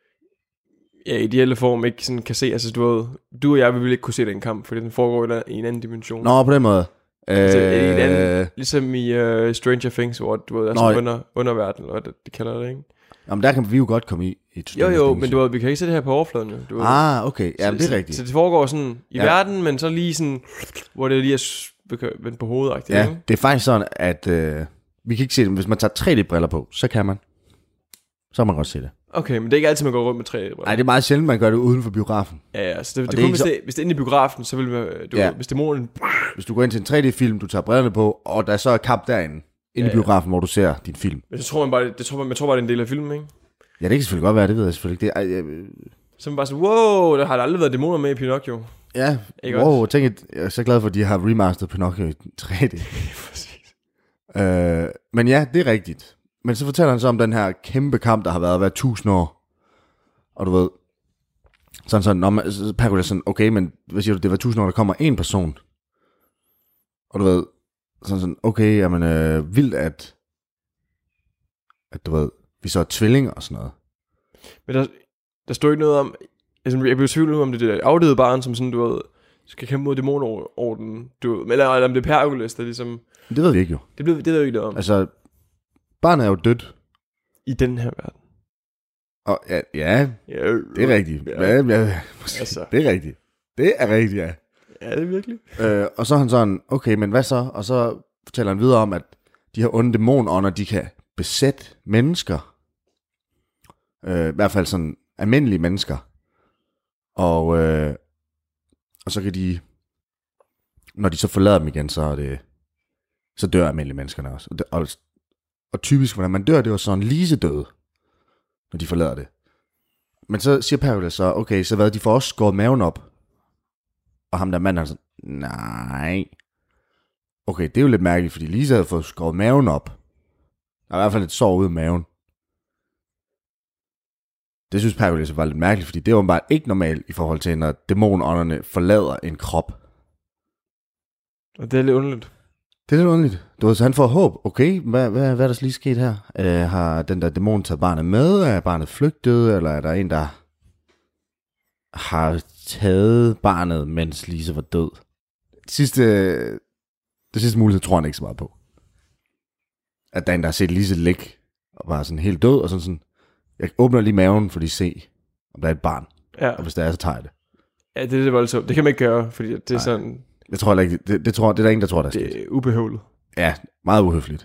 ja, ideelle form ikke sådan kan se. Altså du ved, du og jeg vil ikke kunne se den kamp, fordi den foregår i en anden dimension. Nå, på den måde. Altså, øh... en anden, ligesom i uh, Stranger Things, hvor du ved, der er sådan under, underverden, eller hvad det, de kalder det, ikke? Jamen der kan vi jo godt komme i. i jo jo, men du ved, vi kan ikke se det her på overfladen, jo. Du ved. Ah, okay, ja, så, det er så, rigtigt. Så det foregår sådan i ja. verden, men så lige sådan, hvor det lige er vendt på hovedet. Ja, ikke? det er faktisk sådan, at øh, vi kan ikke se det, hvis man tager tre D-briller på, så kan man. Så kan man godt se det. Okay, men det er ikke altid, man går rundt med tre D-briller. Nej, det er meget sjældent, man gør det uden for biografen. Ja, ja, så det, det, det kun, er hvis, så... det, hvis det er inde i biografen, så vil man, du ja. ved, hvis dæmonen... Hvis du går ind til en tre D-film, du tager brillerne på, og der er så er kamp derinde, inde ja, i biografen, ja. Hvor du ser din film. Men så tror man bare, det, tror man, man tror bare, det er en del af filmen, ikke? Ja, det kan selvfølgelig godt være, det ved jeg selvfølgelig ikke. Det, ej, jeg... Så man bare sådan, wow, der har der aldrig været dæmoner med i Pinocchio. Ja, ikke wow, også? Tænk, jeg er så glad for, at de har remasteret Pinocchio i tre D. Præcis. Øh, men ja, det er rigtigt. Men så fortæller han så om den her kæmpe kamp, der har været hver tusind år. Og du ved, sådan sådan, når man, så Perkele sådan, okay, men hvad siger du, det var tusind år, der kommer en person. Og du ved, sådan sådan, okay, jamen øh, vildt at, at du ved, vi så er tvillinger og sådan noget. Men der, der står ikke noget om, altså jeg bliver tvivlet om det der afdøde barn, som sådan, du ved, skal kæmpe mod dæmonorden, du ved, eller, eller om det er Perkules, der ligesom... Det ved vi ikke jo. Det, blev, det ved vi ikke noget om. Altså, barnet er jo dødt. I den her verden. Og ja, ja, ja det er rigtigt. Ja. Ja, ja, altså. Det er rigtigt. Det er rigtigt, ja. Ja, det er virkelig. Øh, og så er han sådan, okay, men hvad så? Og så fortæller han videre om, at de her onde dæmonånder, de kan besætte mennesker. Øh, I hvert fald sådan almindelige mennesker. Og, øh, og så kan de, når de så forlader dem igen, så er det, så dør almindelige menneskerne også. Og, det, og, og typisk, hvordan man dør, det var sådan Lise død, når de forlader det. Men så siger Perkele så, okay, så hvad, de får også skåret maven op. Og ham der mand, han sådan, nej. Okay, det er jo lidt mærkeligt, fordi Lise havde fået skåret maven op. Der er i hvert fald et sår ude i maven. Det synes Perkules var lidt mærkeligt, fordi det er jo bare ikke normalt i forhold til, når dæmonånderne forlader en krop. Og det er lidt underligt. Det er lidt underligt. Du ved, så han får håb. Okay, hvad, hvad, hvad er der lige sket her? Øh, har den der dæmon taget barnet med? Er barnet flygtet? Eller er der en, der har taget barnet, mens Lise var død? Det sidste, det sidste mulighed tror han ikke så meget på. At der er en, der har set Lise ligge og var sådan helt død, og sådan sådan, jeg åbner lige maven, for lige se, om der er et barn. Ja. Og hvis der er, så tager jeg det. Ja, det er det voldsomt. Det kan man ikke gøre, fordi det er Nej. sådan... Jeg tror ikke, det, det, tror, det er der ingen, der tror, der er sket. Det er ubehøvlet. Ja, meget uhøfligt.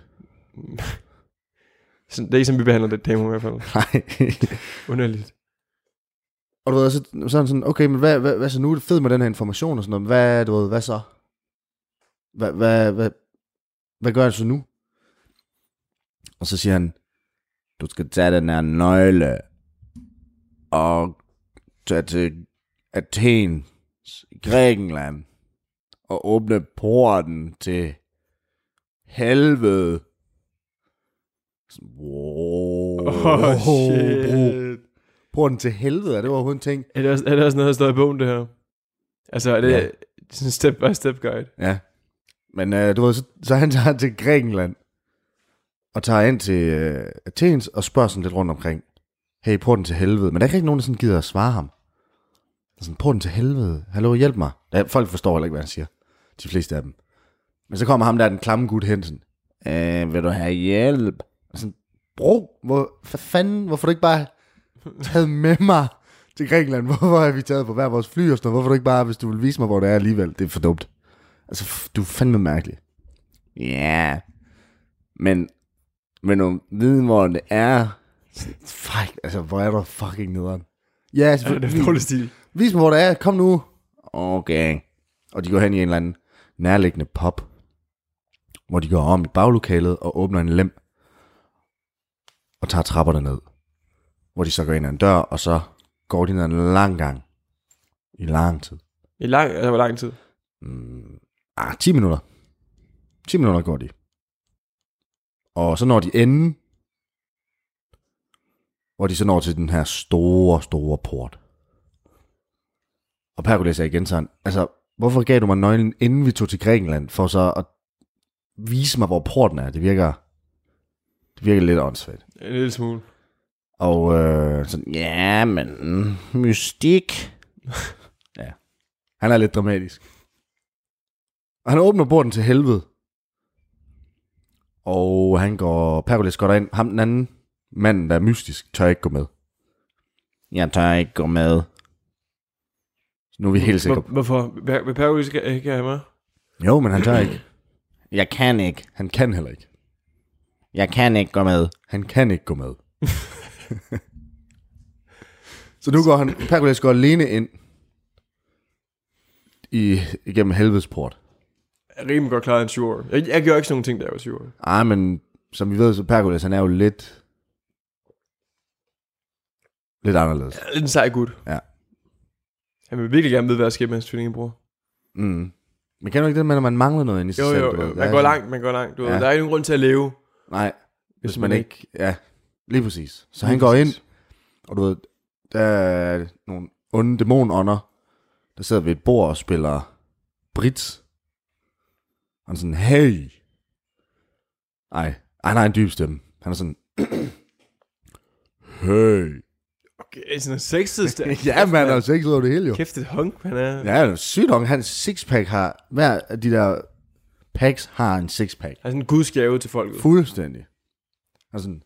Så det er ikke sådan, vi behandler det demo i hvert fald. Nej. Underligt. Og du ved, så, så er han sådan, okay, men hvad, hvad, hvad så nu? Det er fedt med den her information og sådan noget. Hvad, du ved, hvad så? Hvad, hvad, hvad, hvad gør jeg så nu? Og så siger han, du skal tage den her nøgle og tage til Athen i Grækenland og åbne porten til helvede. Sådan, wow. Oh, shit. Porten til helvede, er det overhovedet en ting? Er det også, er det også noget, der står i bogen, det her? Altså, er det Ja. sådan en step-by-step guide? Ja. Men øh, du ved, så, så han tager til Grækenland og tager ind til øh, Athens og spørger sådan lidt rundt omkring. Hey, porten til helvede. Men der er ikke rigtig nogen, der sådan gider at svare ham. Der er sådan, porten til helvede. Hallo, hjælp mig. Ja, folk forstår heller ikke, hvad han siger. De fleste af dem. Men så kommer ham der, den klamme gut hen sådan. Øh, vil du have hjælp? Og sådan, bro, hvor, for fanden, hvorfor du ikke bare taget med mig til Grækenland? Hvorfor har vi taget på hver vores fly og sådan noget? Hvorfor du ikke bare, hvis du vil vise mig, hvor det er alligevel? Det er for dumt. Altså, f- du er fandme mærkelig. Ja, yeah. men, men du vide, hvor det er. Fuck, altså, hvor er du fucking nederen. Ja, Ja, altså, det er vis, dårlig stil. vis mig, hvor det er. Kom nu. Okay. Og de går hen i en eller anden nærliggende pub, hvor de går om i baglokalet og åbner en lem og tager trapperne ned. Hvor de så går ind ad en dør, og så går de ned en lang gang. I lang tid. I lang, altså, hvor lang tid? Mm, ah, ti minutter. ti minutter går de. Og så når de enden, hvor de så når til den her store, store port. Og Perkules er igen sådan, altså, hvorfor gav du mig nøglen, inden vi tog til Grækenland, for så at vise mig, hvor porten er? Det virker, det virker lidt åndssvagt. En lille smule. Og øh, sådan, ja, men mystik. Ja, han er lidt dramatisk. Og han åbner porten til helvede. Og han går, Perkules går derind. Ham den anden manden, der er mystisk, tør ikke gå med. Jeg tør ikke gå med. Så nu er vi helt sikre på. Hvorfor? Vil Perkules ikke ikke have med? Jo, men han tør ikke. Jeg kan ikke. Han kan heller ikke. Jeg kan ikke gå med. Han kan ikke gå med. Så nu går han, Perkules går alene ind i, igennem helvedes port. Jeg er rimelig godt klaret en syv år. Jeg, jeg gjorde ikke sådan nogle ting, da jeg var syv år. Ej, men som vi ved, så Perkules, han er jo lidt lidt anderledes. Ja, lidt en sej gut. Ja. Han vil virkelig gerne vide, hvad der sker med hans tvillingebror. Mm. Men kan du ikke det med, når man mangler noget inde i sig Jo, selv? jo, du ved? jo. Der Man er går sådan- langt, man går langt. Du Ja. ved, der er ikke nogen grund til at leve. Nej, hvis, Hvis man, man ikke... Ja, lige præcis. Så Lige han går præcis. ind, og du ved, der er nogle onde dæmonånder, der sidder ved et bord og spiller brits. Og han er sådan, hey. Ej, han har en dyb stemme. Han er sådan, hey. Okay, sådan en sexet stærk. Ja, man har sex over det hele jo. Kæft, et hunk, han er. Ja, det er sygt nok. Hans sixpack har, hver af de der packs har en sixpack. Han er sådan en gudsgave til folket. Fuldstændig. Og sådan,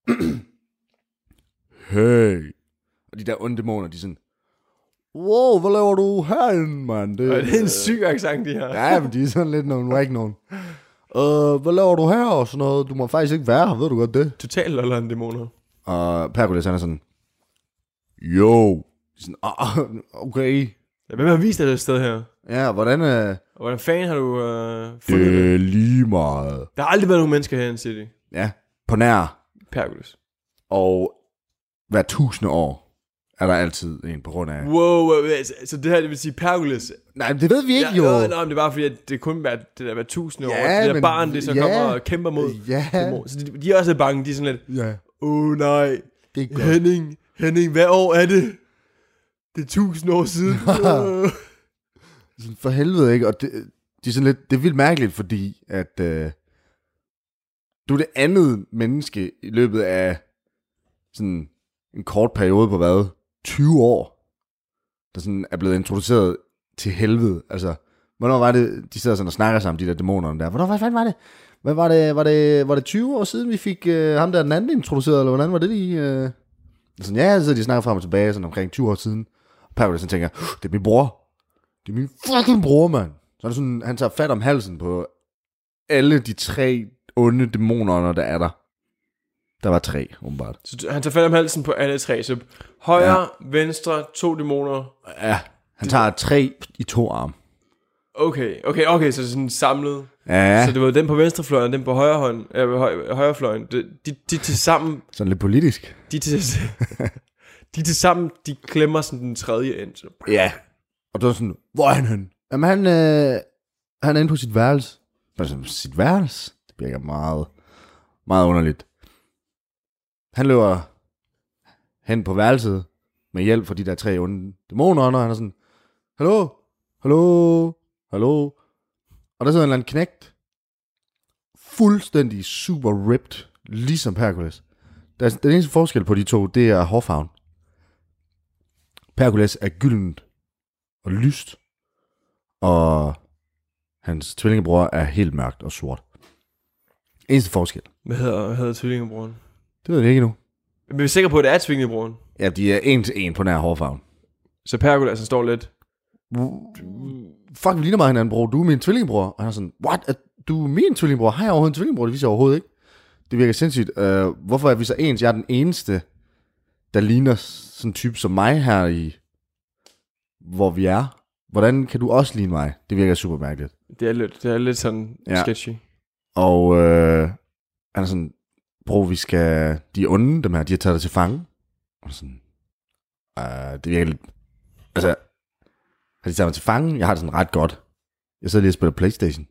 hey. Og de der onde dæmoner, de er sådan, wow, hvad laver du herinde, mand? Og det er en syg accent, de her. Ja, men de er sådan lidt nogen whack nogen. Øh, hvad laver du her og sådan noget? Du må faktisk ikke være her, ved du godt det? Totalt loller en dæmoner. Og Perkules, han er sådan, jo. Sådan, ah, okay. Ja, hvem har vist dig det sted her? Ja, hvordan er... Og hvordan fanden har du øh, fundet det? Det er lige meget. Der har aldrig været nogen mennesker her i City. Ja, på nær. Perkules. Og hver tusinde år, er der altid en på grund af... Wow, wow, så det her, det vil sige Perkules. Nej, det ved vi ikke, ja, jo. Ja, nej, men det er bare fordi, at det kun er det der hver tusind år. Ja, det der men, barn, det så ja, kommer og kæmper mod ja. dæmoner. Så de, de er også bange, de er sådan lidt, Ja. åh oh, nej, Det er godt. Henning, Henning, hvad år er det? Det er tusind år siden. For helvede, ikke? Og det, det, er sådan lidt, det er vildt mærkeligt, fordi at øh, du er det andet menneske i løbet af sådan en kort periode på hvad? tyve år, der sådan er blevet introduceret til helvede. Altså, hvornår var det, de sidder sådan og snakker sammen, de der dæmonerne der. Hvornår, hvad fanden var det? Hvad var det, var det, var det tyve år siden, vi fik øh, ham der den anden introduceret, eller hvordan var det, de... Øh... Sådan, ja, så de snakker frem og tilbage, sådan omkring tyve år siden. Og Perkules sådan tænker, det er min bror. Det er min fucking bror, mand. Så er det sådan, han tager fat om halsen på alle de tre onde dæmoner, der er der. Der var tre, åbenbart. Så han tager fat om halsen på alle tre. Så højre, ja. Venstre, to dæmoner. Ja, han tager tre i to arme. Okay, okay, okay, så det er sådan samlet. Ja. Så det var den på venstrefløjen, og den på højre hånd, øh, høj, højrefløjen. De, de, de til sammen... Sådan lidt politisk. De til, de til sammen, de klemmer sådan den tredje end. Så. Ja. Og du er sådan, hvor er han hen? Jamen han, øh, han er inde på sit værelse. Altså, sit værelse? Det bliver ikke meget, meget underligt. Han løber hen på værelset med hjælp fra de der tre onde dæmoner, og han er sådan, hallo, hallo, hallo. Og der sidder en eller anden knægt, fuldstændig super ripped, ligesom Perkules. Der er, den eneste forskel på de to, det er hårfarven. Perkules er gyldent og lyst, og hans tvillingebror er helt mørkt og sort. Eneste forskel. Hvad hedder, hvad hedder tvillingebroren? Det ved jeg ikke endnu. Men vi er sikre på, at det er tvillingebroren. Ja, de er en til en på nær hårfarven. Så Perkules altså, står lidt... Fuck, vi ligner meget hinanden, bror. Du er min tvillingebror. Og han er sådan, what? Er du er min tvillingebror? Har jeg overhovedet en tvillingebror? Det viser jeg overhovedet ikke. Det virker sindssygt. Uh, hvorfor er vi så ens? Jeg er den eneste, der ligner sådan en type som mig her i, hvor vi er. Hvordan kan du også ligne mig? Det virker super mærkeligt. Det er lidt, det er lidt sådan ja. sketchy. Og uh, han er sådan, bror, vi skal... De er onde, dem her. De har taget dig til fange. Og sådan, uh, det virker lidt... Altså... Har de taget mig til fange? Jeg har det sådan ret godt. Jeg sidder lige og spiller PlayStation.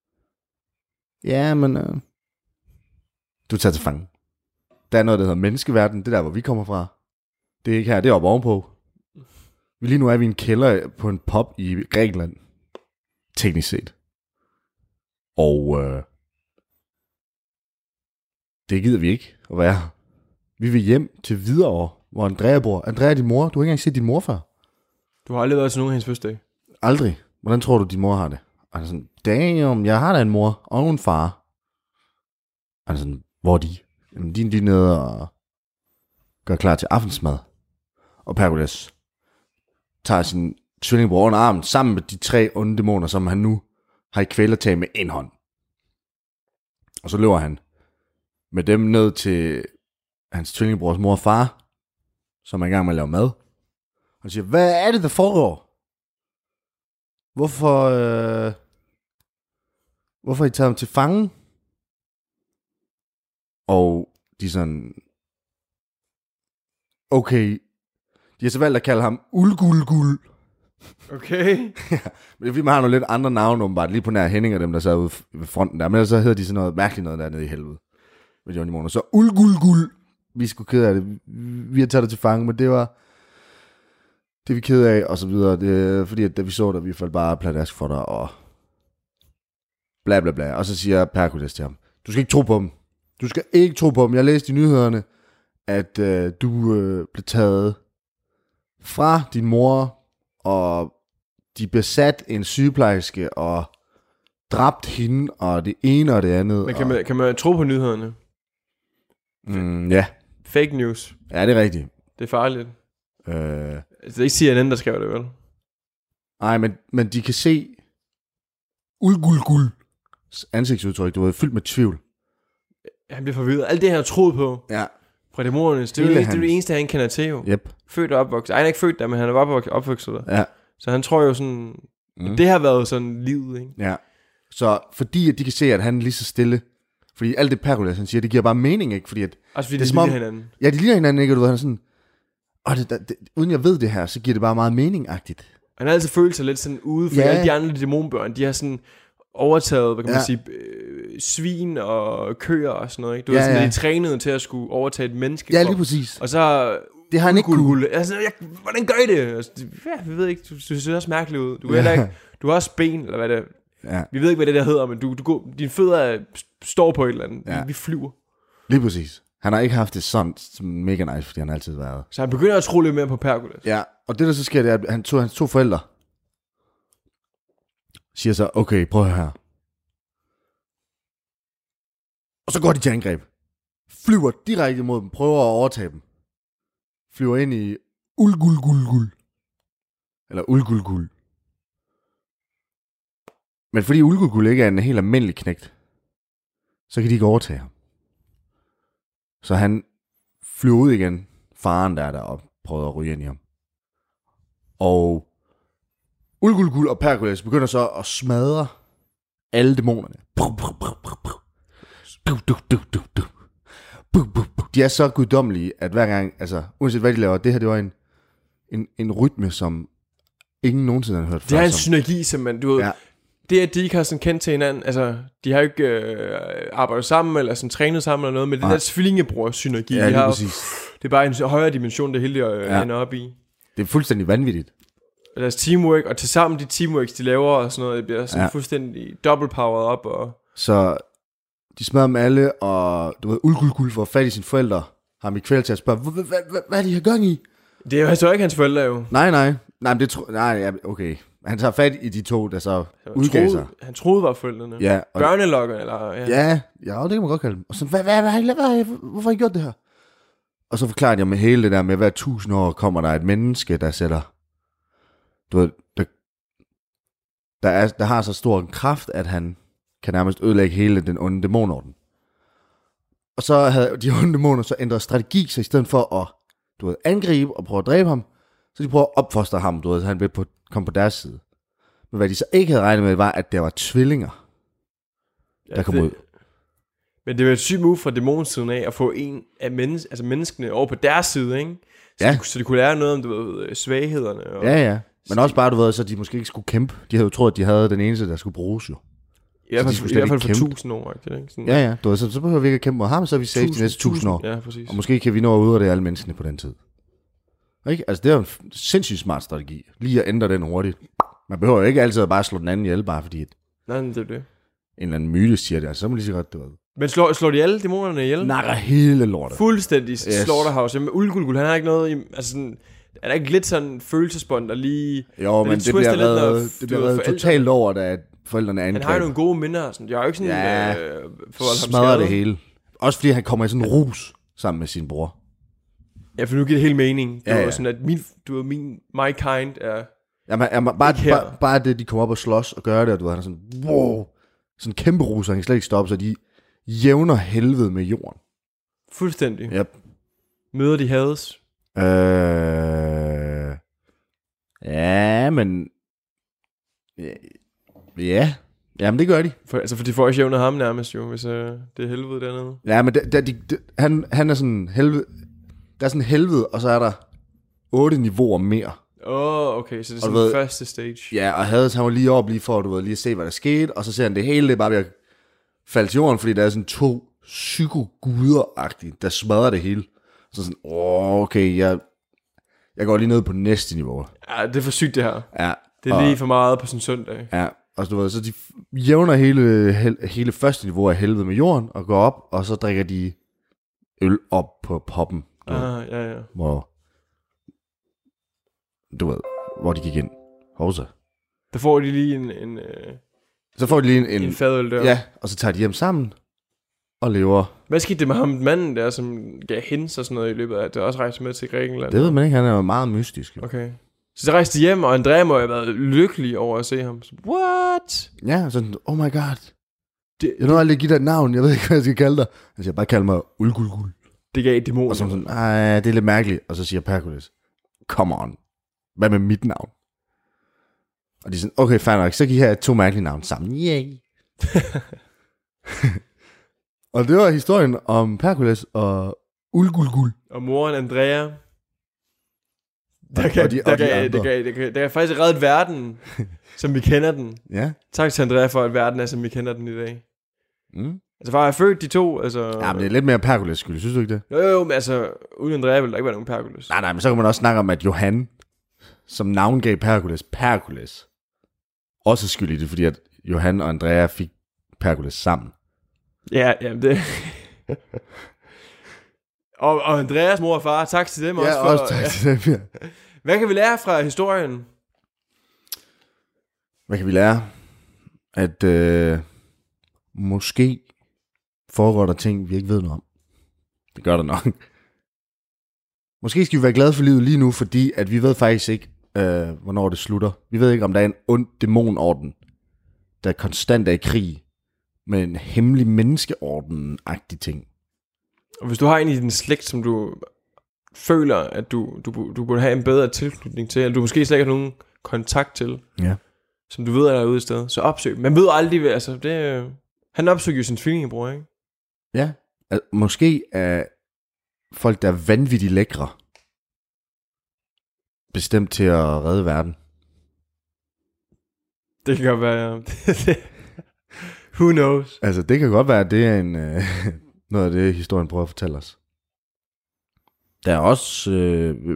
Ja, men... Øh, du er taget til fange. Der er noget, der hedder menneskeverden. Det er der, hvor vi kommer fra. Det er ikke her, det er oppe ovenpå. Lige nu er vi i en kælder på en pub i Grækenland. Teknisk set. Og... Øh, det gider vi ikke at være. Vi vil hjem til Hvidovre, hvor Andrea bor. Andrea er din mor. Du har ikke engang set din mor før. Du har aldrig været til nogen af hendes fødselsdag? Aldrig. Hvordan tror du, din mor har det? Og sådan, damn, jeg har da en mor og en far. Og sådan, hvor er de? Jamen, de er nede og gør klar til aftensmad. Og Perkules tager sin tvillingebror under armen, sammen med de tre onde dæmoner, som han nu har i kvælertag med en hånd. Og så løber han med dem ned til hans tvillingebrors mor og far, som er i gang med at lave mad. Og han siger, hvad er det, der foregår? Hvorfor, øh, hvorfor har I taget ham til fange? Og de er sådan, okay, de har så valgt at kalde ham Ulgulgul. Okay. Ja, men det er fordi, man har nogle lidt andre navne, åbenbart, lige på nær Henning og dem, der sad ude ved fronten der. Men ellers så hedder de sådan noget mærkeligt noget dernede i helvede. Med Johnny Moner. Så Ulgulgul. Vi er sgu ked af det. Vi har taget det til fange, men det var... Det er vi ked af, og så videre. Det er fordi, at da vi så det, vi faldt bare pladask for dig, og bla bla bla. Og så siger Perkules til ham, du skal ikke tro på dem. Du skal ikke tro på dem. Jeg læste i nyhederne, at øh, du øh, blev taget fra din mor, og de besat en sygeplejerske, og dræbt hende, og det ene og det andet. Men kan, og... man, kan man tro på nyhederne? Mm, ja. Fake news. Ja, det er rigtigt. Det er farligt. Øh... Det er ikke C N N, der skriver det, vel? Nej, men, men de kan se Ulgulgul ansigtsudtryk, du er fyldt med tvivl. Han bliver forvirret. Alt det, han har troet på Ja. fra dæmonerne, det er jo det, det, det eneste, han kender til jo. Yep. Født og opvokset. Ej, han er ikke født der, men han er bare opvokset der. Ja. Så han tror jo sådan, mm. det har været sådan livet, ikke? Ja. Så fordi at de kan se, at han er lige så stille, fordi alt det Perkules, han siger, det giver bare mening, ikke? Fordi at... Også fordi det de små... ligner hinanden. Ja, de ligner hinanden, ikke? Og du ved, han er sådan... Og det, det, uden jeg ved det her, så giver det bare meget meningagtigt. Han har altid følt sig lidt sådan ude, for Ja. alle de andre dæmonbørn, de har sådan overtaget, hvad kan man Ja. sige, øh, svin og køer og sådan noget, ikke? Du Ja, ved, sådan, ja. de er trænet til at skulle overtage et menneske. Ja, lige præcis. Og så... Det har han ikke kunne. Altså, jeg, hvordan gør I det? Altså, ja, vi ved ikke, du, du ser også mærkeligt ud. Du, ja. heller ikke, du har også ben, eller hvad det er. Ja, Vi ved ikke, hvad det der hedder, men du, du går, dine fødder er, står på et eller andet. Ja. Vi, vi flyver. lige præcis. Han har ikke haft det sådan som mega nice, fordi han har altid været. Så han begynder at tro lidt mere på Perkules. Ja, og det der så sker, det er, at han tog hans to forældre. Siger så, okay, prøv at høre her. Og så går de til angreb. Flyver direkte mod dem, prøver at overtage dem. Flyver ind i Ulgulgulgul. Eller Ulgulgul. Men fordi Ulgulgul ikke er en helt almindelig knægt, så kan de ikke overtage ham. Så han flyver ud igen. Faren der er der og prøver at ryge ind i ham. Og Ulgulgul og Perkules begynder så at smadre alle dæmonerne. De er så guddommelige, at hver gang, altså uanset hvad de laver, det her det var en, en, en rytme, som ingen nogensinde har hørt før. Det er en som, synergi, simpelthen. Du ved, ja, det at de ikke har sådan kendt til hinanden, altså, de har jo ikke øh, arbejdet sammen, eller sådan trænet sammen eller noget, men det Nej. der tvillingebror-synergi, ja de lige har, præcis. det er bare en højere dimension, det hele øh, Ja. ender op i. Det er fuldstændig vanvittigt. Og deres teamwork, og tilsammen de teamworks, de laver og sådan noget, det bliver sådan Ja. ja. fuldstændig double powered op. Og Så de smadrer dem alle, og du ved, Ulgulgul får fat i sine forældre, har mig kvæl til at spørge, hvad, hvad, hvad, hvad er det, I har gang i? det er jo altså ikke hans forældre jo. Nej, nej. Nej, men det tro, nej, ja, okay. Han tager fat i de to, der så udgav sig. Troede, han troede var forældrene. Ja, og, Børnelokker, eller... Ja. ja, ja, det kan man godt kalde dem. Og så, hvad, hvad, hvad, hvad, hvad, hvorfor har I gjort det her? Og så forklarer jeg med hele det der med, hver tusind år kommer der et menneske, der sætter, du ved, der, der, er, der har så stor en kraft, at han kan nærmest ødelægge hele den onde dæmonorden. Og så havde de onde dæmoner så ændret strategi, så i stedet for at, du ved, angribe og prøve at dræbe ham, så de prøver at opfostre ham, du ved, så han vil på, komme på deres side. Men hvad de så ikke havde regnet med, var, at der var tvillinger, der kom det, ud. Men det var et sygt move fra dæmonsiden af, at få en af menneske, altså menneskene over på deres side, ikke? Så, Ja. de, så de kunne lære noget om, du ved, svaghederne. Og, Ja, ja. Men også bare, du ved, så de måske ikke skulle kæmpe. De havde jo troet, at de havde den eneste, der skulle bruges jo. I hvert de fald, skulle i slet hvert fald ikke for kæmpe. tusind år, ikke? Ikke? Sådan, Ja, ja. Du ved, så, så behøver vi ikke at kæmpe mod ham, så er vi safe de næste tusind år. Ja, præcis. Og måske kan vi nå at udrette alle menneskene på den tid. Ikke? Altså, det er jo en f- sindssygt smart strategi. Lige at ændre den hurtigt. Man behøver jo ikke altid at bare slå den anden ihjel, bare fordi et, Nej, det er det. en eller anden myte siger det. Altså, så må lige så godt, du ved. Men slår, slår de alle dæmonerne ihjel? Nakker hele lortet. Fuldstændig yes. Yes. slaughterhouse. Jamen, Ulgulgul, han har ikke noget i, altså sådan, er der ikke lidt sådan følelsesbånd, der lige... Jo, men lidt det bliver twister lidt, når reddet, det du bliver ved, reddet forældre- totalt over, da forældrene Han har jo angreb. nogle gode minder og sådan. Jeg har jo ikke sådan... Ja, øh, forvoldt ham Smadrer skade. det hele. Også fordi han kommer i sådan en rus sammen med sin bror. Ja, for nu giver det helt mening. Det Ja, var ja. sådan, at min, du ved, min, my kind er... Jamen, jamen bare, Ikke her. bare, bare det, de kommer op og slås og gør det, og du ved, han er sådan, wow, sådan en kæmpe rus, og han kan slet ikke stoppe, så de jævner helvede med jorden. Fuldstændig. Yep. Møder de hades. Øh... Ja, men... Ja, ja. Jamen, det gør de. For, altså, for de får ikke jævnet ham nærmest jo, hvis øh, det er helvede dernede. Ja, men det, det, de, de, han, han er sådan helvede... Der er sådan helvede, og så er der otte niveauer mere. Åh, oh, okay, så det er Og sådan du ved- første stage. Ja, og Hades, han var lige op lige for, du ved, lige at se, hvad der skete, og så ser han det hele, det er bare ved at falde til jorden, fordi der er sådan to psykoguder-agtige, der smadrer det hele. Så sådan, åh, okay, jeg, jeg går lige ned på næste niveau. Ja, det er for sygt det her. Ja, Det er og, lige for meget på sådan en søndag. Ja, og du ved, så de jævner hele, hel, hele første niveau af helvede med jorden, og går op, og så drikker de øl op på poppen, du ved, Ah, ja, ja. hvor, du ved, hvor de gik ind. Hovsa. Der får de lige en, en, øh, Så får de lige en, en, en en fadøl der. ja, og så tager de hjem sammen, og lever. Hvad skete det med ham, manden der, som gav hints og sådan noget i løbet af, at der også rejste med til Grækenland? Det ved man ikke, han er jo meget mystisk. Jo. Okay. Så så rejste de hjem, og Andrea må have været lykkelig over at se ham. Så, what? Ja, sådan, oh my god. Det, Jeg nåede aldrig at give dig et navn, jeg ved ikke, hvad jeg skal kalde dig. Han siger, bare kald mig Ulgulgul. det gav dæmoner. Og så er han sådan, ej, det er lidt mærkeligt. Og så siger Perkules, come on, hvad med mit navn? Og de er sådan, okay, fair nok, så kan I have to mærkelige navne sammen. Yay. Og det var historien om Perkules og Ulgulgul. Og moren Andrea, Der kan, og de, der, og de kan, andre. der, kan, der, kan, der kan faktisk reddet verden, som vi kender den. Ja. Tak til Andrea for, at verden er, som vi kender den i dag. Mm. Altså, far er født de to, altså... Ja, men det er lidt mere Perkules skyld, synes du ikke det? Jo, jo, jo, men altså, uden Andrea ville der ikke være nogen Perkules. Nej, nej, men så kan man også snakke om, at Johan, som navngav Perkules, Perkules, også er skyld i det, fordi at Johan og Andrea fik Perkules sammen. Ja, jamen det... og, og Andreas mor og far, tak til dem Ja, også for... også tak til dem, ja. Hvad kan vi lære fra historien? Hvad kan vi lære? At øh, måske foregår der ting, vi ikke ved noget om. Det gør der nok. Måske skal vi være glade for livet lige nu, fordi at vi ved faktisk ikke, øh, hvornår det slutter. Vi ved ikke, om der er en ond dæmonorden, der konstant er i krig med en hemmelig menneskeorden-agtig ting. Og hvis du har en i din slægt, som du føler, at du, du, du burde have en bedre tilknytning til, eller du måske slet ikke har nogen kontakt til, Ja. som du ved er derude i stedet, så opsøg. Man ved aldrig, altså det... Han opsøger jo sin tvillingebror, ikke? Ja. Altså, måske er folk, der er vanvittigt lækre, bestemt til at redde verden. Det kan godt være, ja. Who knows? Altså, det kan godt være, at det er en, øh, noget af det, historien prøver at fortælle os. Der er også... Øh,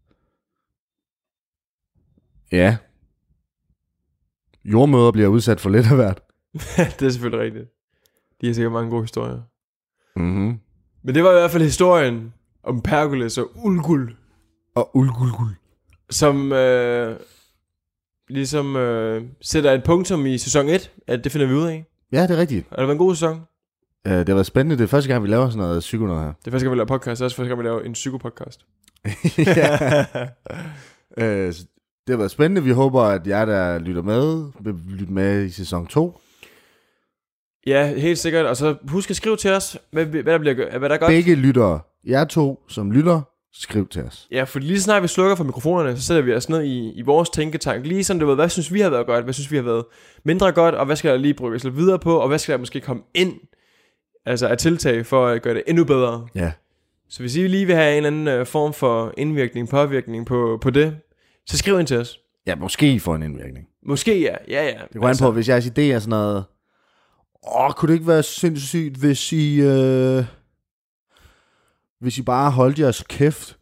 ja. Jordmøder bliver udsat for lidt af hvert. Det er selvfølgelig rigtigt. De har sikkert mange gode historier. Mm-hmm. Men det var i hvert fald historien om Perkules og Ulgul, Og ulgulgul. som øh, ligesom øh, sætter et punktum i sæson et, at det finder vi ud af. Ja, det er rigtigt. Har det været en god sæson? Uh, det har været spændende. Det er første gang, vi laver sådan noget psyko noget her. Det er første gang, vi laver podcast. Det er også første gang, vi laver en psykopodcast. Ja. uh, det har været spændende. Vi håber, at jer, der lytter med, vil lytte med i sæson to. Ja, helt sikkert. Og så husk at skrive til os, hvad, hvad der bliver hvad der er godt. Begge lyttere. Jer to, som lytter, skriv til os. Ja, for lige så snart vi slukker for mikrofonerne, så sætter vi os ned i, i vores tænketank. Lige sådan, du ved, hvad synes vi har været godt, hvad synes vi har været mindre godt, og hvad skal der lige brygges lidt videre på, og hvad skal der måske komme ind, altså af tiltag for at gøre det endnu bedre. Ja. Så hvis I lige vil have en eller anden form for indvirkning, påvirkning på, på det, så skriv ind til os. Ja, måske for en indvirkning. Måske ja, ja ja. Det går an på, hvis jeres idé er sådan noget... Åh, kunne det ikke være sindssygt, hvis I... Øh, hvis I bare holdt jeres kæft?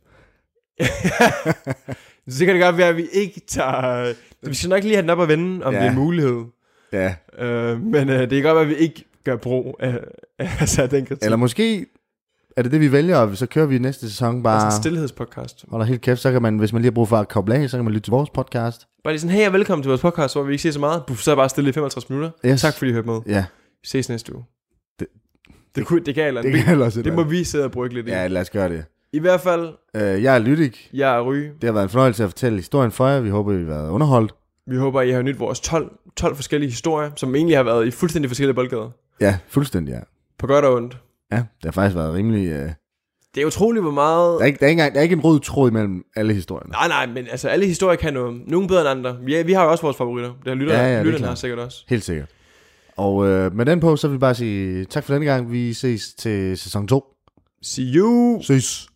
Så kan det godt være, at vi ikke tager... Vi skal nok lige have den op og vende, om Ja. det er en mulighed. Ja. Øh, men øh, det kan godt være, at vi ikke gør brug af, af altså, den kritik. Eller måske er det det, vi vælger, og så kører vi næste sæson bare... Altså en stillhedspodcast. Holder helt kæft, så kan man, hvis man lige har brug for at koble af, så kan man lytte til vores podcast. Bare lige sådan, hey og velkommen til vores podcast, hvor vi ikke siger så meget. Buff, så er jeg bare stille i femoghalvtreds minutter. Yes. Tak fordi I hørte med. Ja. Vi ses næste uge. Det- Det, det, kunne, det kan eller Det det, kan ellers det må vi sidde og brygge lidt i. Ja, lad os gøre det. I hvert fald, Uh, jeg er Lydik. jeg er Ryge. Det har været en fornøjelse at fortælle historien for jer. Vi håber, I har været underholdt. Vi håber, I har nyt vores tolv, tolv forskellige historier, som egentlig har været i fuldstændig forskellige boldgader. Ja, fuldstændig, ja. På godt og ondt. Ja, det har faktisk været rimelig... Uh... Det er utroligt, hvor meget... Der, er ikke, der, er ikke engang, der er ikke en rød tråd imellem alle historierne. Nej, nej, men altså alle historier kan noget. Nogle bedre end andre. Vi, er, vi har jo også vores favoritter. Det har lytterne, Ja, ja, det er lytterne klart. har sikkert også. Helt sikkert. Og uh, med den på, så vil vi bare sige tak for denne gang. Vi ses til sæson to. See you! Ses.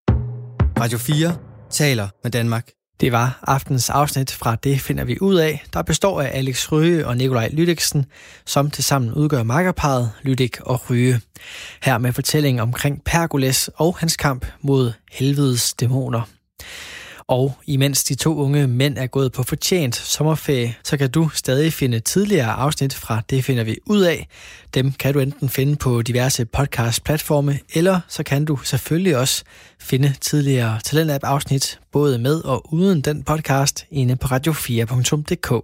Radio fire taler med Danmark. Det var aftens afsnit fra Det finder vi ud af, der består af Alex Røge og Nikolaj Lydiksen, som tilsammen udgør makkerparret Lydik og Røge. Her med fortælling omkring Perkules og hans kamp mod helvedes dæmoner. Og imens de to unge mænd er gået på fortjent sommerferie, så kan du stadig finde tidligere afsnit fra Det finder vi ud af. Dem kan du enten finde på diverse podcast-platforme, eller så kan du selvfølgelig også finde tidligere Talentlab-afsnit, både med og uden den podcast, inde på radio fire punktum d k.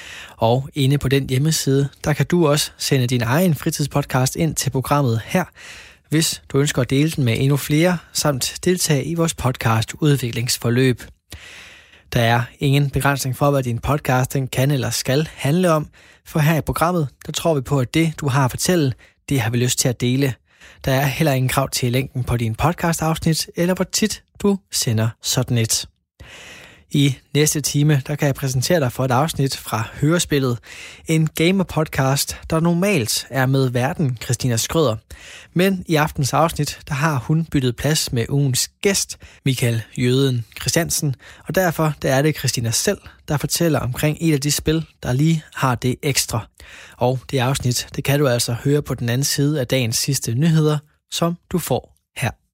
Og inde på den hjemmeside, der kan du også sende din egen fritidspodcast ind til programmet her, hvis du ønsker at dele den med endnu flere, samt deltage i vores podcast udviklingsforløb. Der er ingen begrænsning for, hvad din podcast den kan eller skal handle om, for her i programmet, der tror vi på, at det, du har at fortælle, det har vi lyst til at dele. Der er heller ingen krav til længden på din podcast-afsnit, eller hvor tit du sender sådan et. I næste time, der kan jeg præsentere dig for et afsnit fra Hørespillet, en gamer-podcast, der normalt er med verden Christina Skrøder. Men i aftens afsnit, der har hun byttet plads med ugens gæst, Michael Jøden Christiansen, og derfor der er det Christina selv, der fortæller omkring et af de spil, der lige har det ekstra. Og det afsnit, det kan du altså høre på den anden side af dagens sidste nyheder, som du får her.